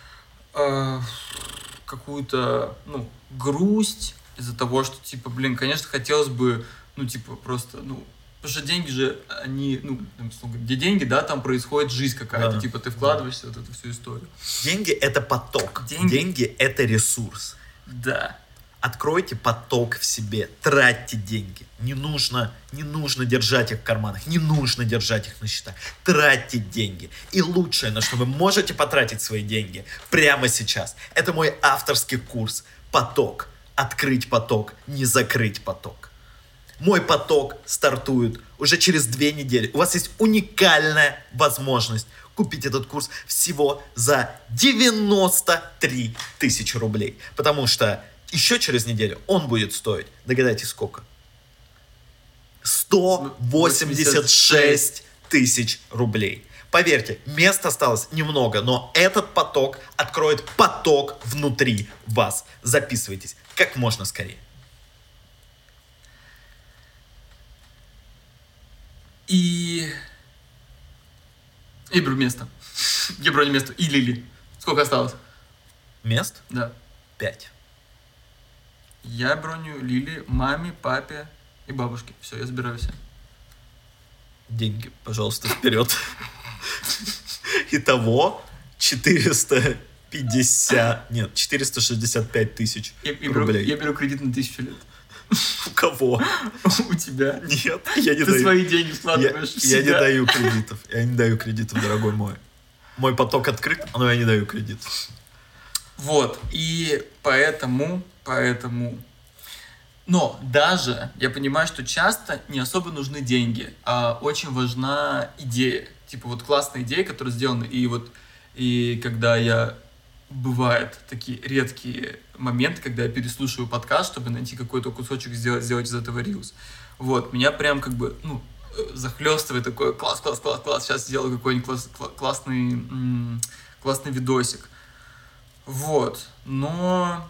какую-то, ну, грусть из-за того, что, типа, блин, конечно, хотелось бы, ну, типа, просто, ну, потому что деньги же, они, ну, там, условно, где деньги, да, там происходит жизнь какая-то, Да. типа, ты вкладываешься в вот эту всю историю. Деньги — это поток. Деньги- Деньги — это ресурс. Да. Откройте поток в себе, тратьте деньги. Не нужно держать их в карманах, не нужно держать их на счетах. Тратьте деньги. И лучшее, на что вы можете потратить свои деньги прямо сейчас, это мой авторский курс «Поток». Открыть поток, не закрыть поток. Мой поток стартует уже через 2 недели. У вас есть уникальная возможность купить этот курс всего за 93 тысячи рублей. Потому что еще через неделю он будет стоить, догадайтесь, сколько? 186 тысяч рублей. Поверьте, мест осталось немного, но этот поток откроет поток внутри вас. Записывайтесь как можно скорее. И броню место. Я броню место. И Лили. Сколько осталось? Мест Да. 5. Я броню Лили, маме, папе и бабушке. Все, я забираю все. Деньги, пожалуйста, вперед. Итого 465 тысяч рублей. Я беру кредит на 1000 лет. У кого? У тебя. Нет, я не Ты даю. свои деньги вкладываешь в Я не себя. даю кредитов. Я не даю кредитов, дорогой мой. Мой поток открыт, но я не даю кредитов. Вот. И поэтому... Но даже я понимаю, что часто не особо нужны деньги, а очень важна идея. Типа вот классная идея, которая сделана. И когда я... Бывают такие редкие моменты, когда я переслушиваю подкаст, чтобы найти какой-то кусочек, сделать из этого рилс. Вот, меня прям как бы, ну, захлестывает такой класс, сейчас сделаю какой-нибудь классный видосик. Вот, но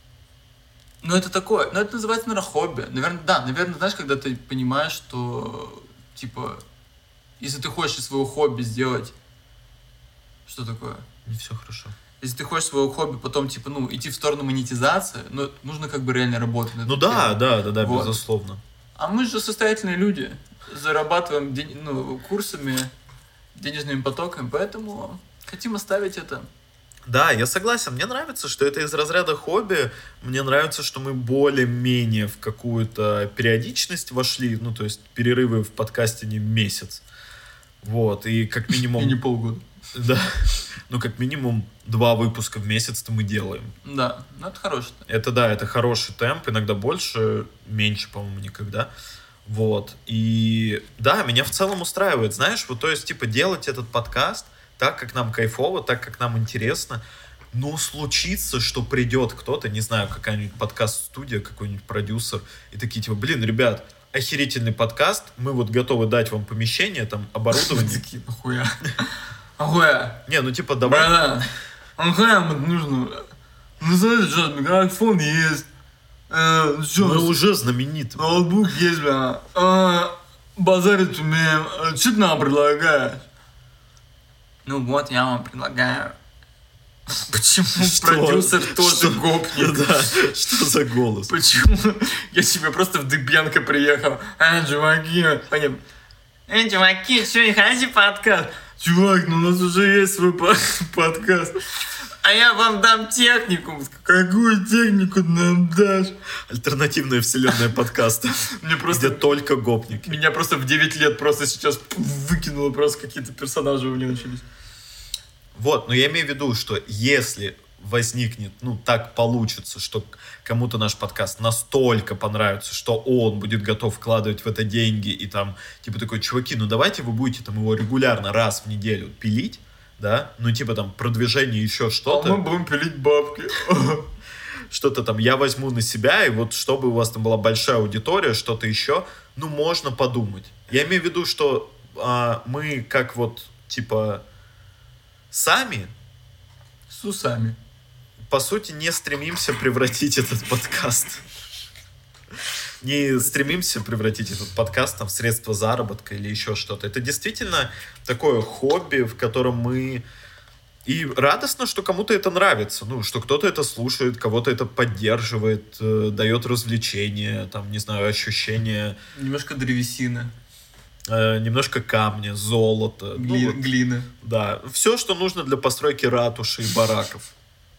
это такое, это называется, наверное, хобби. Наверное, знаешь, когда ты понимаешь, что, типа, если ты хочешь из своего хобби сделать, что такое? Не все хорошо. Если ты хочешь своего хобби потом, типа, ну, идти в сторону монетизации, ну, нужно как бы реально работать над Ну этой да, темой. Вот. безусловно. А мы же состоятельные люди, зарабатываем курсами, денежными потоками, поэтому хотим оставить это. Да, я согласен. Мне нравится, что это из разряда хобби. Мне нравится, что мы более-менее в какую-то периодичность вошли. Ну, то есть перерывы в подкасте не месяц. Вот, и как минимум... И не полгода. Да. Ну, как минимум 2 выпуска в месяц-то мы делаем. Да, ну это хороший. Это хороший темп, иногда больше, меньше, по-моему, никогда. Вот. И да, меня в целом устраивает, знаешь, вот, то есть, типа, делать этот подкаст так, как нам кайфово, так, как нам интересно. Но случится, что придет кто-то, не знаю, какая-нибудь подкаст-студия, какой-нибудь продюсер, и такие, типа, блин, ребят, охерительный подкаст, мы вот готовы дать вам помещение, там, оборудование. Такие, Ахуя. Не, ну, типа, давай... Братан, ахуя нужно. Ну, смотри, что, микрофон есть. Мы уже знамениты. Ноутбук есть, бля. Базарить умеем. Что ты нам предлагаешь? Ну вот, я вам предлагаю. Почему продюсер тоже гопник? Да, что за голос? Почему? Я себе просто в Дыбенко приехал. Чуваки, что, не хотите подкаст? Чувак, ну у нас уже есть свой подкаст. А я вам дам технику. Какую технику нам дашь? Альтернативная вселенная подкаста. Мне просто... Где только гопники. Меня просто в 9 лет просто сейчас выкинуло, просто какие-то персонажи у меня начались. Вот, но я имею в виду, что если возникнет, ну, так получится, что кому-то наш подкаст настолько понравится, что он будет готов вкладывать в это деньги, и там, типа, такой, чуваки, ну, давайте вы будете там его регулярно раз в неделю пилить, да, ну, типа, там, продвижение, еще что-то. А мы будем пилить бабки. что-то там я возьму на себя, и вот чтобы у вас там была большая аудитория, что-то еще, ну, можно подумать. Я имею в виду, что мы как вот, типа, сами... С усами. По сути, не стремимся превратить этот подкаст. Не стремимся превратить этот подкаст там, в средство заработка или еще что-то. Это действительно такое хобби, в котором мы... И радостно, что кому-то это нравится. Ну, что кто-то это слушает, кого-то это поддерживает, дает развлечения, там, не знаю, ощущения... Немножко древесины. Немножко камня, золота. Глины. Да. Все, что нужно для постройки ратуши и бараков.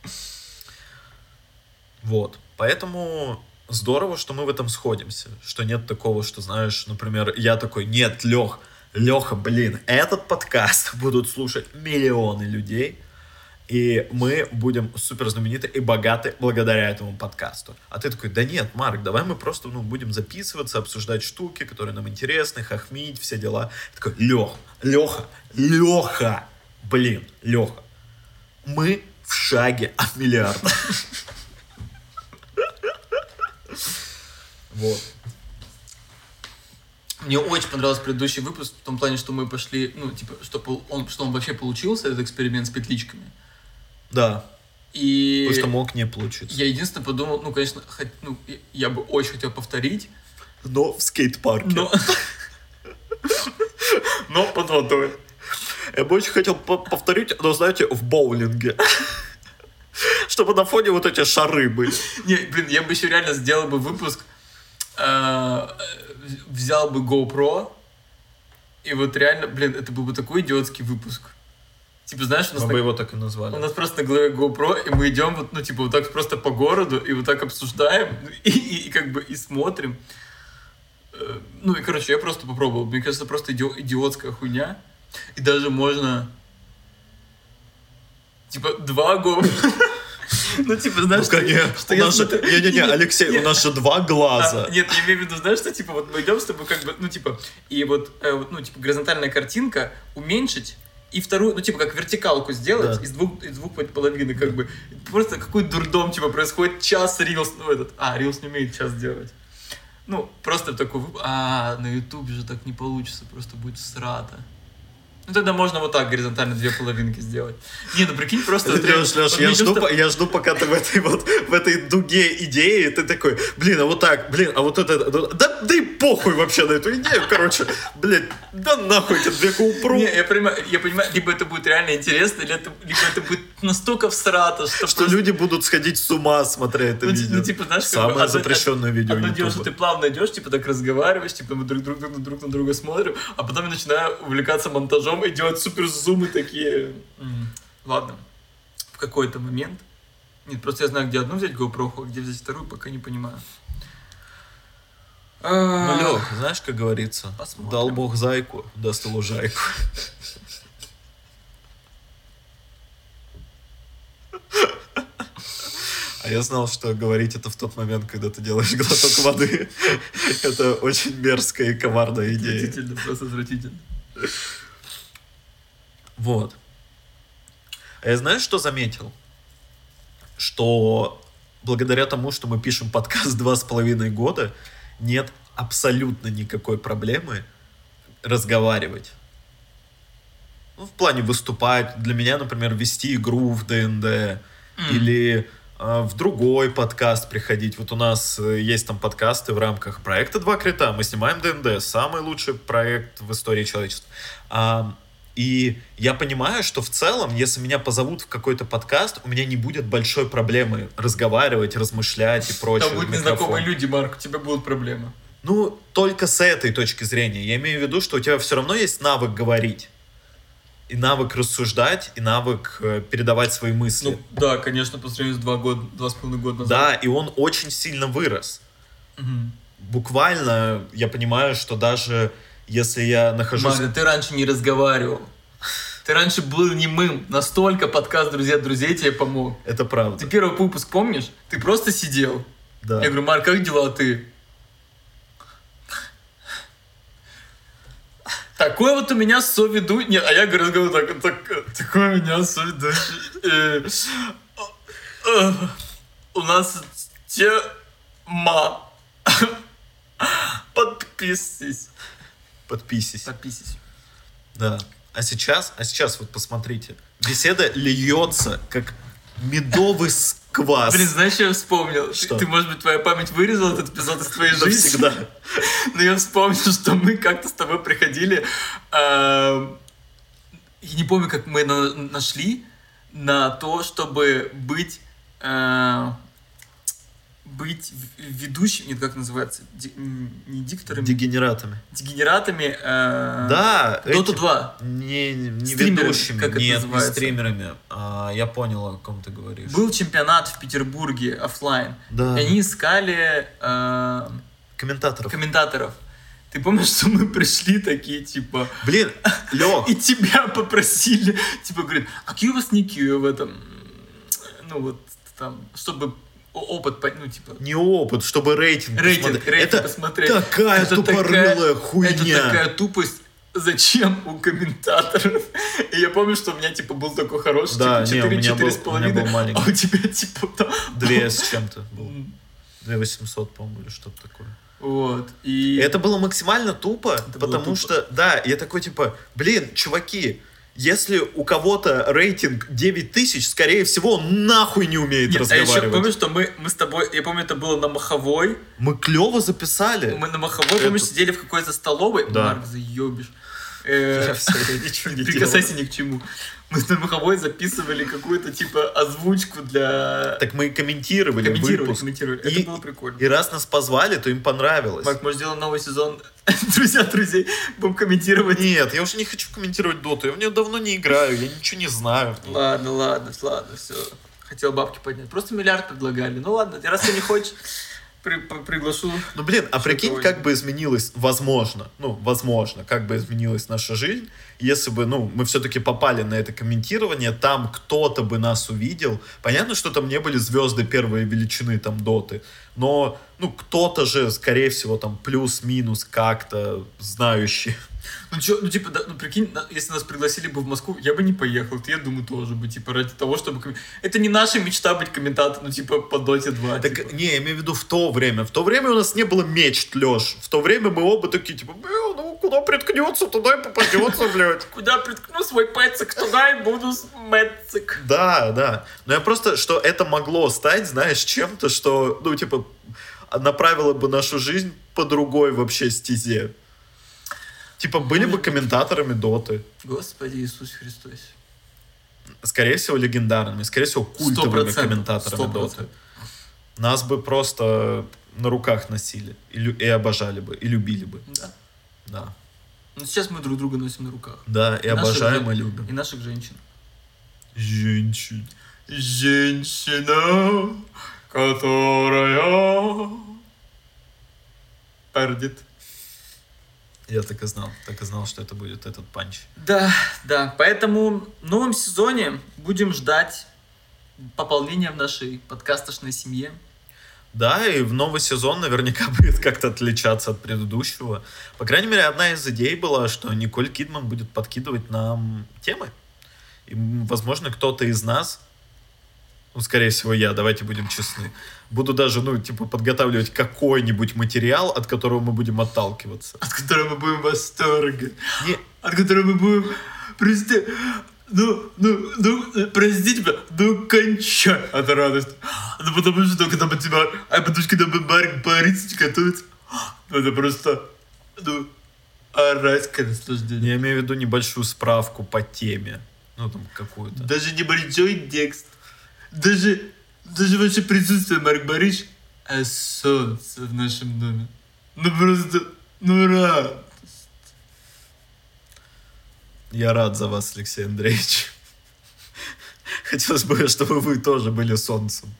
Вот. Поэтому здорово, что мы в этом сходимся. Что нет такого, что, знаешь, например, я такой, нет, Леха, блин, этот подкаст будут слушать миллионы людей, и мы будем супер знамениты и богаты благодаря этому подкасту. А ты такой, да нет, Марк, давай мы просто будем записываться, обсуждать штуки, которые нам интересны, хохмить, все дела. Я такой, Леха, блин, Леха, мы в шаге от миллиарда. Вот. Мне очень понравился предыдущий выпуск в том плане, что мы пошли, ну, типа, что он вообще получился, этот эксперимент с петличками. Да. И... Потому что мог не получиться. Я единственное подумал, ну, конечно, я бы очень хотел повторить. Но в скейт-парке. Но под водой. Я бы очень хотел повторить, но, знаете, в боулинге. Чтобы на фоне вот эти шары были. Не, блин, я бы еще реально сделал бы выпуск, взял бы GoPro, и вот реально, блин, это был бы такой идиотский выпуск. Типа, знаешь, мы бы его так и назвали. У нас просто на голове GoPro, и мы идем вот, ну, типа, вот так просто по городу, и вот так обсуждаем, и как бы и смотрим. Ну, и, короче, я просто попробовал. Мне кажется, просто идиотская хуйня. И даже можно... Типа, 2 GoPro... Ну, типа, знаешь, ну, конечно. Не-не-не, Алексей, у нас же 2 глаза. Нет, я имею в виду, знаешь, что, типа, вот мы идем с тобой, как бы, ну, типа, и вот, ну, типа, горизонтальная картинка уменьшить, и вторую, ну, типа, как вертикалку сделать, да. из двух половины, как бы, просто какой дурдом, типа, происходит, час Reels, ну, Reels не умеет час делать. Ну, просто такой, на YouTube же так не получится, просто будет срата. Ну, тогда можно вот так горизонтально 2 половинки сделать. Не, ну прикинь, просто... Леш, я жду, пока ты в этой дуге идеи, ты такой, блин, а вот так, блин, а вот это... Да и похуй вообще на эту идею, короче, блин, да нахуй эти 2 GoPro. Не, я понимаю, либо это будет реально интересно, либо это будет настолько всрато, что просто... люди будут сходить с ума, смотря это видео. Ну, типа, знаешь, самое запрещенное видео одно дело, что ты плавно идешь, типа, так разговариваешь, типа, мы друг на друга смотрим, а потом я начинаю увлекаться монтажом и делать супер зумы такие. Ладно. В какой-то момент. Нет, просто я знаю, где одну взять GoPro, а где взять вторую, пока не понимаю. Ну, Лёх, знаешь, как говорится, посмотрим. Дал Бог зайку, даст и лужайку. А я знал, что говорить это в тот момент, когда ты делаешь глоток воды. Это очень мерзкая и коварная идея. Отвратительно, просто отвратительно. Вот. А я знаешь, что заметил? Что благодаря тому, что мы пишем подкаст 2,5 года, нет абсолютно никакой проблемы разговаривать. Ну, в плане выступать. Для меня, например, вести игру в ДНД. Или в другой подкаст приходить. Вот у нас есть там подкасты в рамках проекта «Два крита». Мы снимаем ДНД. Самый лучший проект в истории человечества. И я понимаю, что в целом, если меня позовут в какой-то подкаст, у меня не будет большой проблемы разговаривать, размышлять и прочее. Там будут незнакомые люди, Марк, у тебя будут проблемы. Ну, только с этой точки зрения. Я имею в виду, что у тебя все равно есть навык говорить. И навык рассуждать, и навык передавать свои мысли. Ну, да, конечно, по сравнению с 2,5 года назад. Да, и он очень сильно вырос. Угу. Буквально, я понимаю, что даже если я нахожусь... Марк, ты раньше не разговаривал. Ты раньше был немым. Настолько подкаст «Друзья друзей» тебе помог. Это правда. Ты первый выпуск помнишь? Ты просто сидел. Да. Я говорю, Марк, как дела ты? Такой вот у меня соведущий... Нет, а я говорю, такой у меня соведущий... у нас тема. Подписывайтесь. Подписись. Да. А сейчас вот посмотрите. Беседа льется, как медовый квас. Блин, знаешь, что я вспомнил? Что? Ты, может быть, твоя память вырезала этот эпизод из твоей жизни? Навсегда. Но я вспомнил, что мы как-то с тобой приходили. Я не помню, как мы нашли на то, чтобы быть ведущим, нет, как называется, не дикторами. Дегенератами. Да. Dota 2. Не Стримерами, ведущими, как это не называется? стримерами. Я понял, о ком ты говоришь. Был чемпионат в Петербурге оффлайн. Да. И они искали Комментаторов. Ты помнишь, что мы пришли такие, типа... Блин, Лёх. И тебя попросили, типа, говорит, а какие у вас ники в этом... Ну, вот, там, чтобы опыт, ну, типа... Не опыт, чтобы рейтинг Рейтинг посмотреть. Такая тупорылая хуйня. Это такая тупость. Зачем у комментаторов? И я помню, что у меня, типа, был такой хороший, да, типа, 4,5, у меня был маленький. а у тебя, типа, там... 2 с чем-то был. 2800, по-моему, или что-то такое. Вот. И... Это было максимально тупо, потому тупо. что, да, я такой, типа, блин, чуваки, если у кого-то рейтинг 9000, скорее всего, он нахуй не умеет разговаривать. А еще помню, что мы с тобой, я помню, это было на Маховой. Мы клево записали. Мы на Маховой, помнишь, сидели в какой-то столовой. Да. Марк, заебишь. Я ничего не Прикасайся ни к чему. Мы на Маховой записывали какую-то, типа, озвучку для... Так мы комментировали выпуск. Это было прикольно. И раз нас позвали, то им понравилось. Марк, может, сделаем новый сезон «Друзей», будем комментировать? Нет, я уже не хочу комментировать доту. Я в нее давно не играю, я ничего не знаю. Ладно, все. Хотел бабки поднять. Просто миллиард предлагали. Ну ладно, раз ты не хочешь, приглашу. Ну, блин, а прикинь, как бы изменилась, возможно, как бы изменилась наша жизнь, если бы, мы все-таки попали на это комментирование, там кто-то бы нас увидел. Понятно, что там не были звезды первой величины, там, доты, но, кто-то же, скорее всего, там, плюс-минус как-то знающий. Прикинь, если нас пригласили бы в Москву, я бы не поехал. Я думаю, тоже бы, типа, ради того, чтобы... Это не наша мечта быть комментатором, по Доте 2. Так, типа. Не, я имею в виду в то время. В то время у нас не было мечт, Леш. В то время мы оба такие, типа, куда приткнется, туда и попадется, блядь. Куда приткну свой пэцик, туда и буду мэцик. Да. Но я просто, что это могло стать, знаешь, чем-то, что, направило бы нашу жизнь по другой вообще стезе. Типа, были бы комментаторами доты. Господи Иисус Христос. Скорее всего, легендарными. Скорее всего, культовыми комментаторами доты. Нас бы просто на руках носили. И обожали бы. И любили бы. Да. Ну, сейчас мы друг друга носим на руках. Да, и обожаем, и любим. И наших женщин. Женщина, которая пердит. Я так и знал, что это будет этот панч. Да, поэтому в новом сезоне будем ждать пополнения в нашей подкастошной семье. Да, и в новый сезон наверняка будет как-то отличаться от предыдущего. По крайней мере, одна из идей была, что Николь Кидман будет подкидывать нам темы. И, возможно, кто-то из нас, скорее всего, я, давайте будем честны, буду даже, подготавливать какой-нибудь материал, от которого мы будем отталкиваться. От которого мы будем в восторге. От которого мы будем... Простите, простите меня, кончай от радости. Потому что, когда Марк Борисович готовится, это просто, райское наслаждение. Я имею в виду небольшую справку по теме. Какую-то. Даже небольшой текст. Даже ваше присутствие, Марк Борисович, а солнце в нашем доме. Просто, радость. Я рад за вас, Алексей Андреевич. Хотелось бы, чтобы вы тоже были солнцем.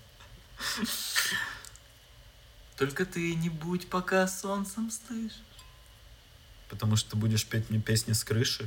Только ты не будь пока солнцем, слышишь? Потому что ты будешь петь мне песни с крыши.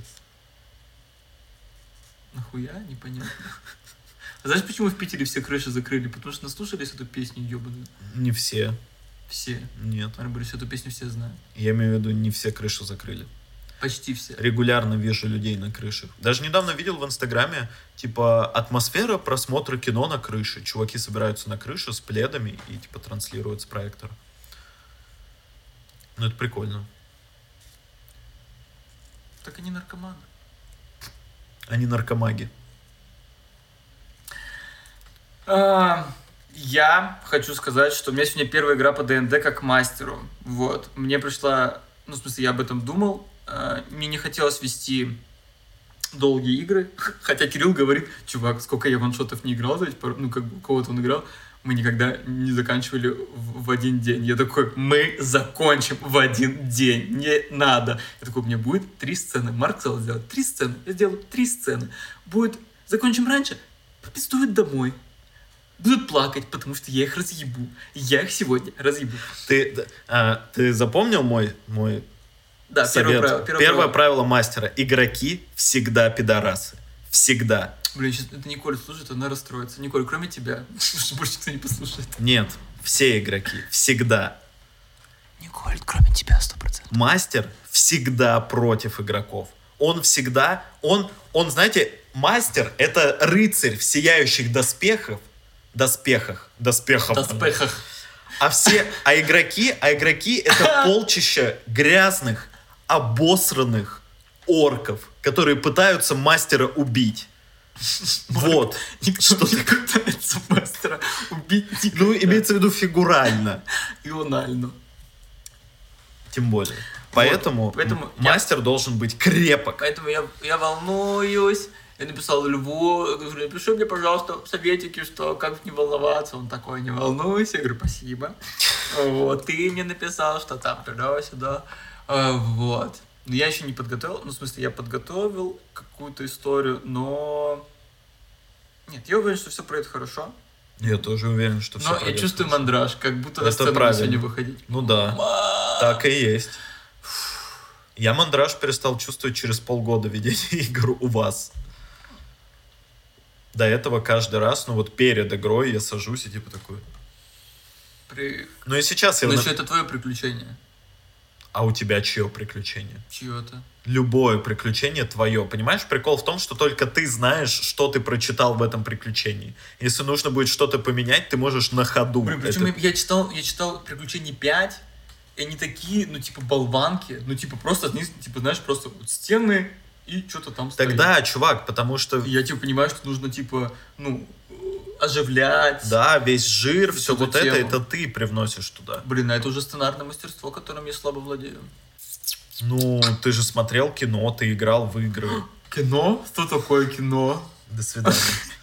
Нахуя? Непонятно. А знаешь, почему в Питере все крыши закрыли? Потому что наслушались эту песню ебаную. Не все. Все? Нет. Марк Борисович, эту песню все знают. Я имею в виду, не все крыши закрыли. Почти все. Регулярно вижу людей на крышах. Даже недавно видел в Инстаграме, типа, атмосфера просмотра кино на крыше. Чуваки собираются на крыше с пледами и, типа, транслируют с проектора. Ну, это прикольно. Так они наркоманы. Они наркомаги. Я хочу сказать, что у меня сегодня первая игра по ДНД как мастеру. Вот. Мне пришла... Ну, в смысле, я об этом думал. Мне не хотелось вести долгие игры. Хотя Кирилл говорит, чувак, сколько я ваншотов не играл, ну, как бы, у кого-то он играл, мы никогда не заканчивали в один день. Я такой, мы закончим в один день, не надо. Я такой, у меня будет 3 сцены. Марк сказал сделать 3 сцены. Я сделаю 3 сцены. Будет, закончим раньше, попиздуют домой. Будут плакать, потому что я их разъебу. Я их сегодня разъебу. Ты запомнил мой да, совет? Первое правило мастера. Игроки всегда пидорасы. Всегда. Блин, сейчас это Николь слушает, она расстроится. Николь, кроме тебя, больше никто не послушает. Нет, все игроки. Всегда. Николь, кроме тебя 100%. Мастер всегда против игроков. Он всегда... Он, знаете, мастер — это рыцарь в сияющих доспехах. А игроки это полчища грязных, обосранных орков, которые пытаются мастера убить. Вот. Никто не пытается мастера убить. Ну, имеется в виду фигурально. Ионально. Тем более. Поэтому мастер должен быть крепок. Поэтому я волнуюсь. Я написал Льву, говорю, напиши мне, пожалуйста, советики, что как не волноваться. Он такой, не волнуйся. Я говорю, спасибо. Вот, ты мне написал, что там туда-сюда. Вот. Но я еще не подготовил, ну, в смысле, я подготовил какую-то историю, но... Нет, я уверен, что все пройдет хорошо. Я тоже уверен, что все пройдет. Но я чувствую мандраж, как будто на сцену на сегодня выходить. Ну да, так и есть. Я мандраж перестал чувствовать через полгода ведения игр у вас. До этого каждый раз, ну вот перед игрой я сажусь и типа такой... Ну и сейчас я... Ну что, это твое приключение. А у тебя чье приключение? Чье-то. Любое приключение твое. Понимаешь, прикол в том, что только ты знаешь, что ты прочитал в этом приключении. Если нужно будет что-то поменять, ты можешь на ходу. Блин, причем я читал приключений 5, и они такие, ну типа болванки, ну типа просто, типа знаешь, просто вот стены и что-то там стоит. Тогда, чувак, потому что... Я типа понимаю, что нужно типа, ну, оживлять. Да, весь жир, все вот это ты привносишь туда. Блин, а это уже сценарное мастерство, которым я слабо владею. Ну, ты же смотрел кино, ты играл в игры. Кино? Что такое кино? До свидания.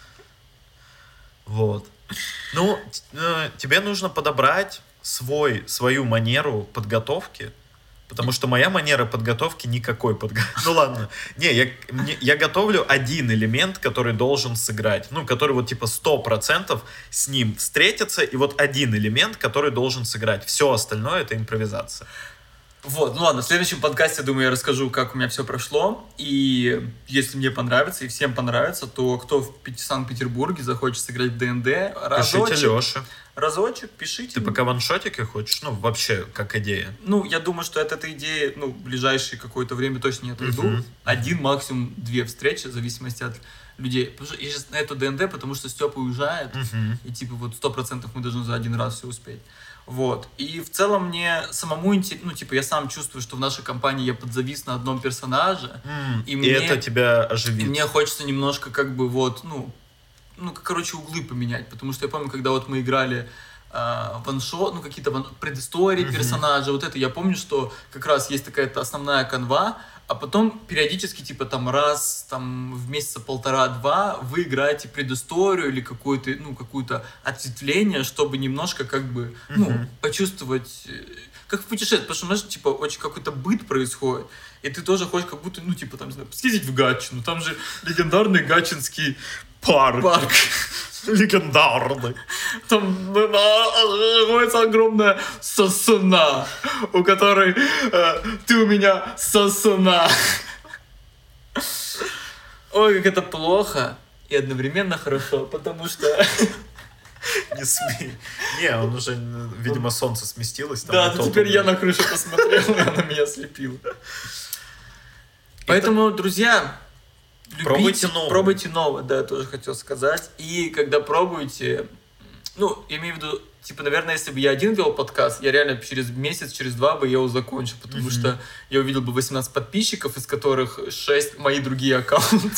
Вот. Ну, тебе нужно подобрать свою манеру подготовки, потому что моя манера подготовки никакой подготовки. Ну ладно. Не, я готовлю один элемент, который должен сыграть. Ну, который вот типа 100% с ним встретится, и вот один элемент, который должен сыграть. Все остальное — это импровизация. Вот, ну ладно, в следующем подкасте, думаю, я расскажу, как у меня все прошло. И если мне понравится, и всем понравится, то кто в Санкт-Петербурге захочет сыграть в ДНД, пишите Лёше. Разочек, пишите. Ты пока ваншотики хочешь? Ну, вообще, как идея. Ну, я думаю, что от этой идеи, ну, в ближайшее какое-то время точно не отойду. Один, максимум 2 встречи, в зависимости от людей. Потому что я сейчас на эту ДНД, потому что Степа уезжает, и типа вот 100% мы должны за один раз все успеть. Вот. И в целом мне самому интересно, ну, типа, я сам чувствую, что в нашей компании я подзавис на одном персонаже. И это тебя оживит. И мне хочется немножко, как бы, вот, ну, короче, углы поменять. Потому что я помню, когда вот мы играли ваншот, ну, какие-то предыстории персонажа, вот это, я помню, что как раз есть такая-то основная канва, а потом периодически, типа, там, раз, там, в месяца 1,5-2 вы играете предысторию или какое-то, ну, какое-то ответвление, чтобы немножко, как бы, ну, почувствовать, как в путешествии, потому что, знаешь, типа, очень какой-то быт происходит, и ты тоже хочешь как будто, ну, типа, там, не знаю, съездить в Гатчину, там же легендарный Гатчинский парк. Легендарный. Там находится огромная сосна, у которой ты у меня сосна. Ой, как это плохо и одновременно хорошо, потому что... Не смей. Не, он уже, видимо, солнце сместилось. Да, теперь я на крышу посмотрел, и она меня слепила. Поэтому, друзья, пробуйте новое, да, я тоже хотел сказать. И когда пробуете, ну, я имею в виду, типа, наверное, если бы я один вел подкаст, я реально через месяц, через 2 бы я его закончил, потому что я увидел бы 18 подписчиков, из которых 6 мои другие аккаунты.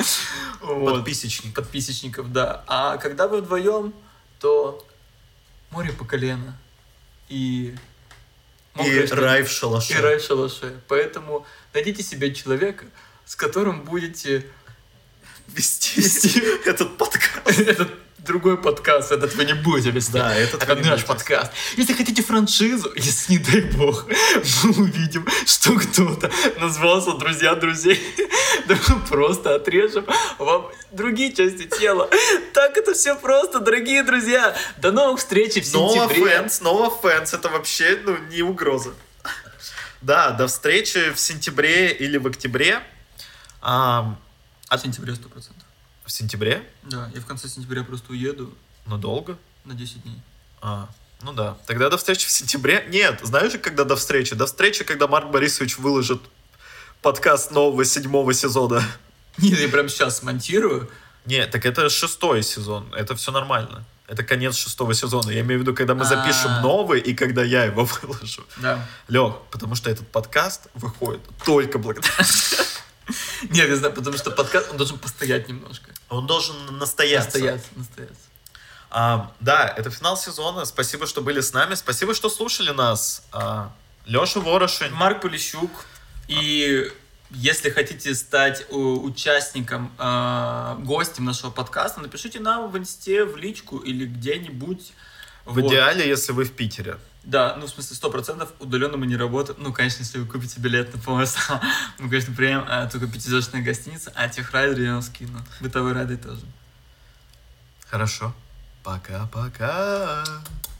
Подписчиков, да. А когда вы вдвоем, то море по колено. И рай в шалаше. И рай в шалаше. Поэтому найдите себе человека, с которым будете вести этот подкаст. Этот другой подкаст, этот вы не будете вести. Да, это наш подкаст. Если хотите франшизу, если, не дай бог, мы увидим, что кто-то назвался «Друзья друзей», да мы просто отрежем вам другие части тела. Так это все просто, дорогие друзья. До новых встреч в сентябре. No offense, это вообще, не угроза. Да, до встречи в сентябре или в октябре. В сентябре 100%. В сентябре? Да, я в конце сентября просто уеду. Надолго? На 10 дней. Ну да. Тогда до встречи в сентябре. Нет, знаешь, когда до встречи? До встречи, когда Марк Борисович выложит подкаст нового 7-го сезона. Нет, я прямо сейчас смонтирую. Нет, так это 6-й сезон. Это все нормально. Это конец 6-го сезона. Я имею в виду, когда мы запишем новый и когда я его выложу. Да. Лёг, потому что этот подкаст выходит только благодаря... Нет, я знаю, потому что подкаст, он должен постоять немножко. Он должен настояться. Настояться. Да, это финал сезона. Спасибо, что были с нами. Спасибо, что слушали нас. Леша Ворошин. Марк Полищук. И если хотите стать участником, гостем нашего подкаста, напишите нам в инсте, в личку или где-нибудь. В идеале, если вы в Питере. Да, в смысле 100% удаленно мы не работаем. Конечно, если вы купите билет на поезд, мы, конечно, приедем, только 5-звездочная гостиница, а техрайдер я вам скину. Бытовой райды тоже. Хорошо. Пока-пока.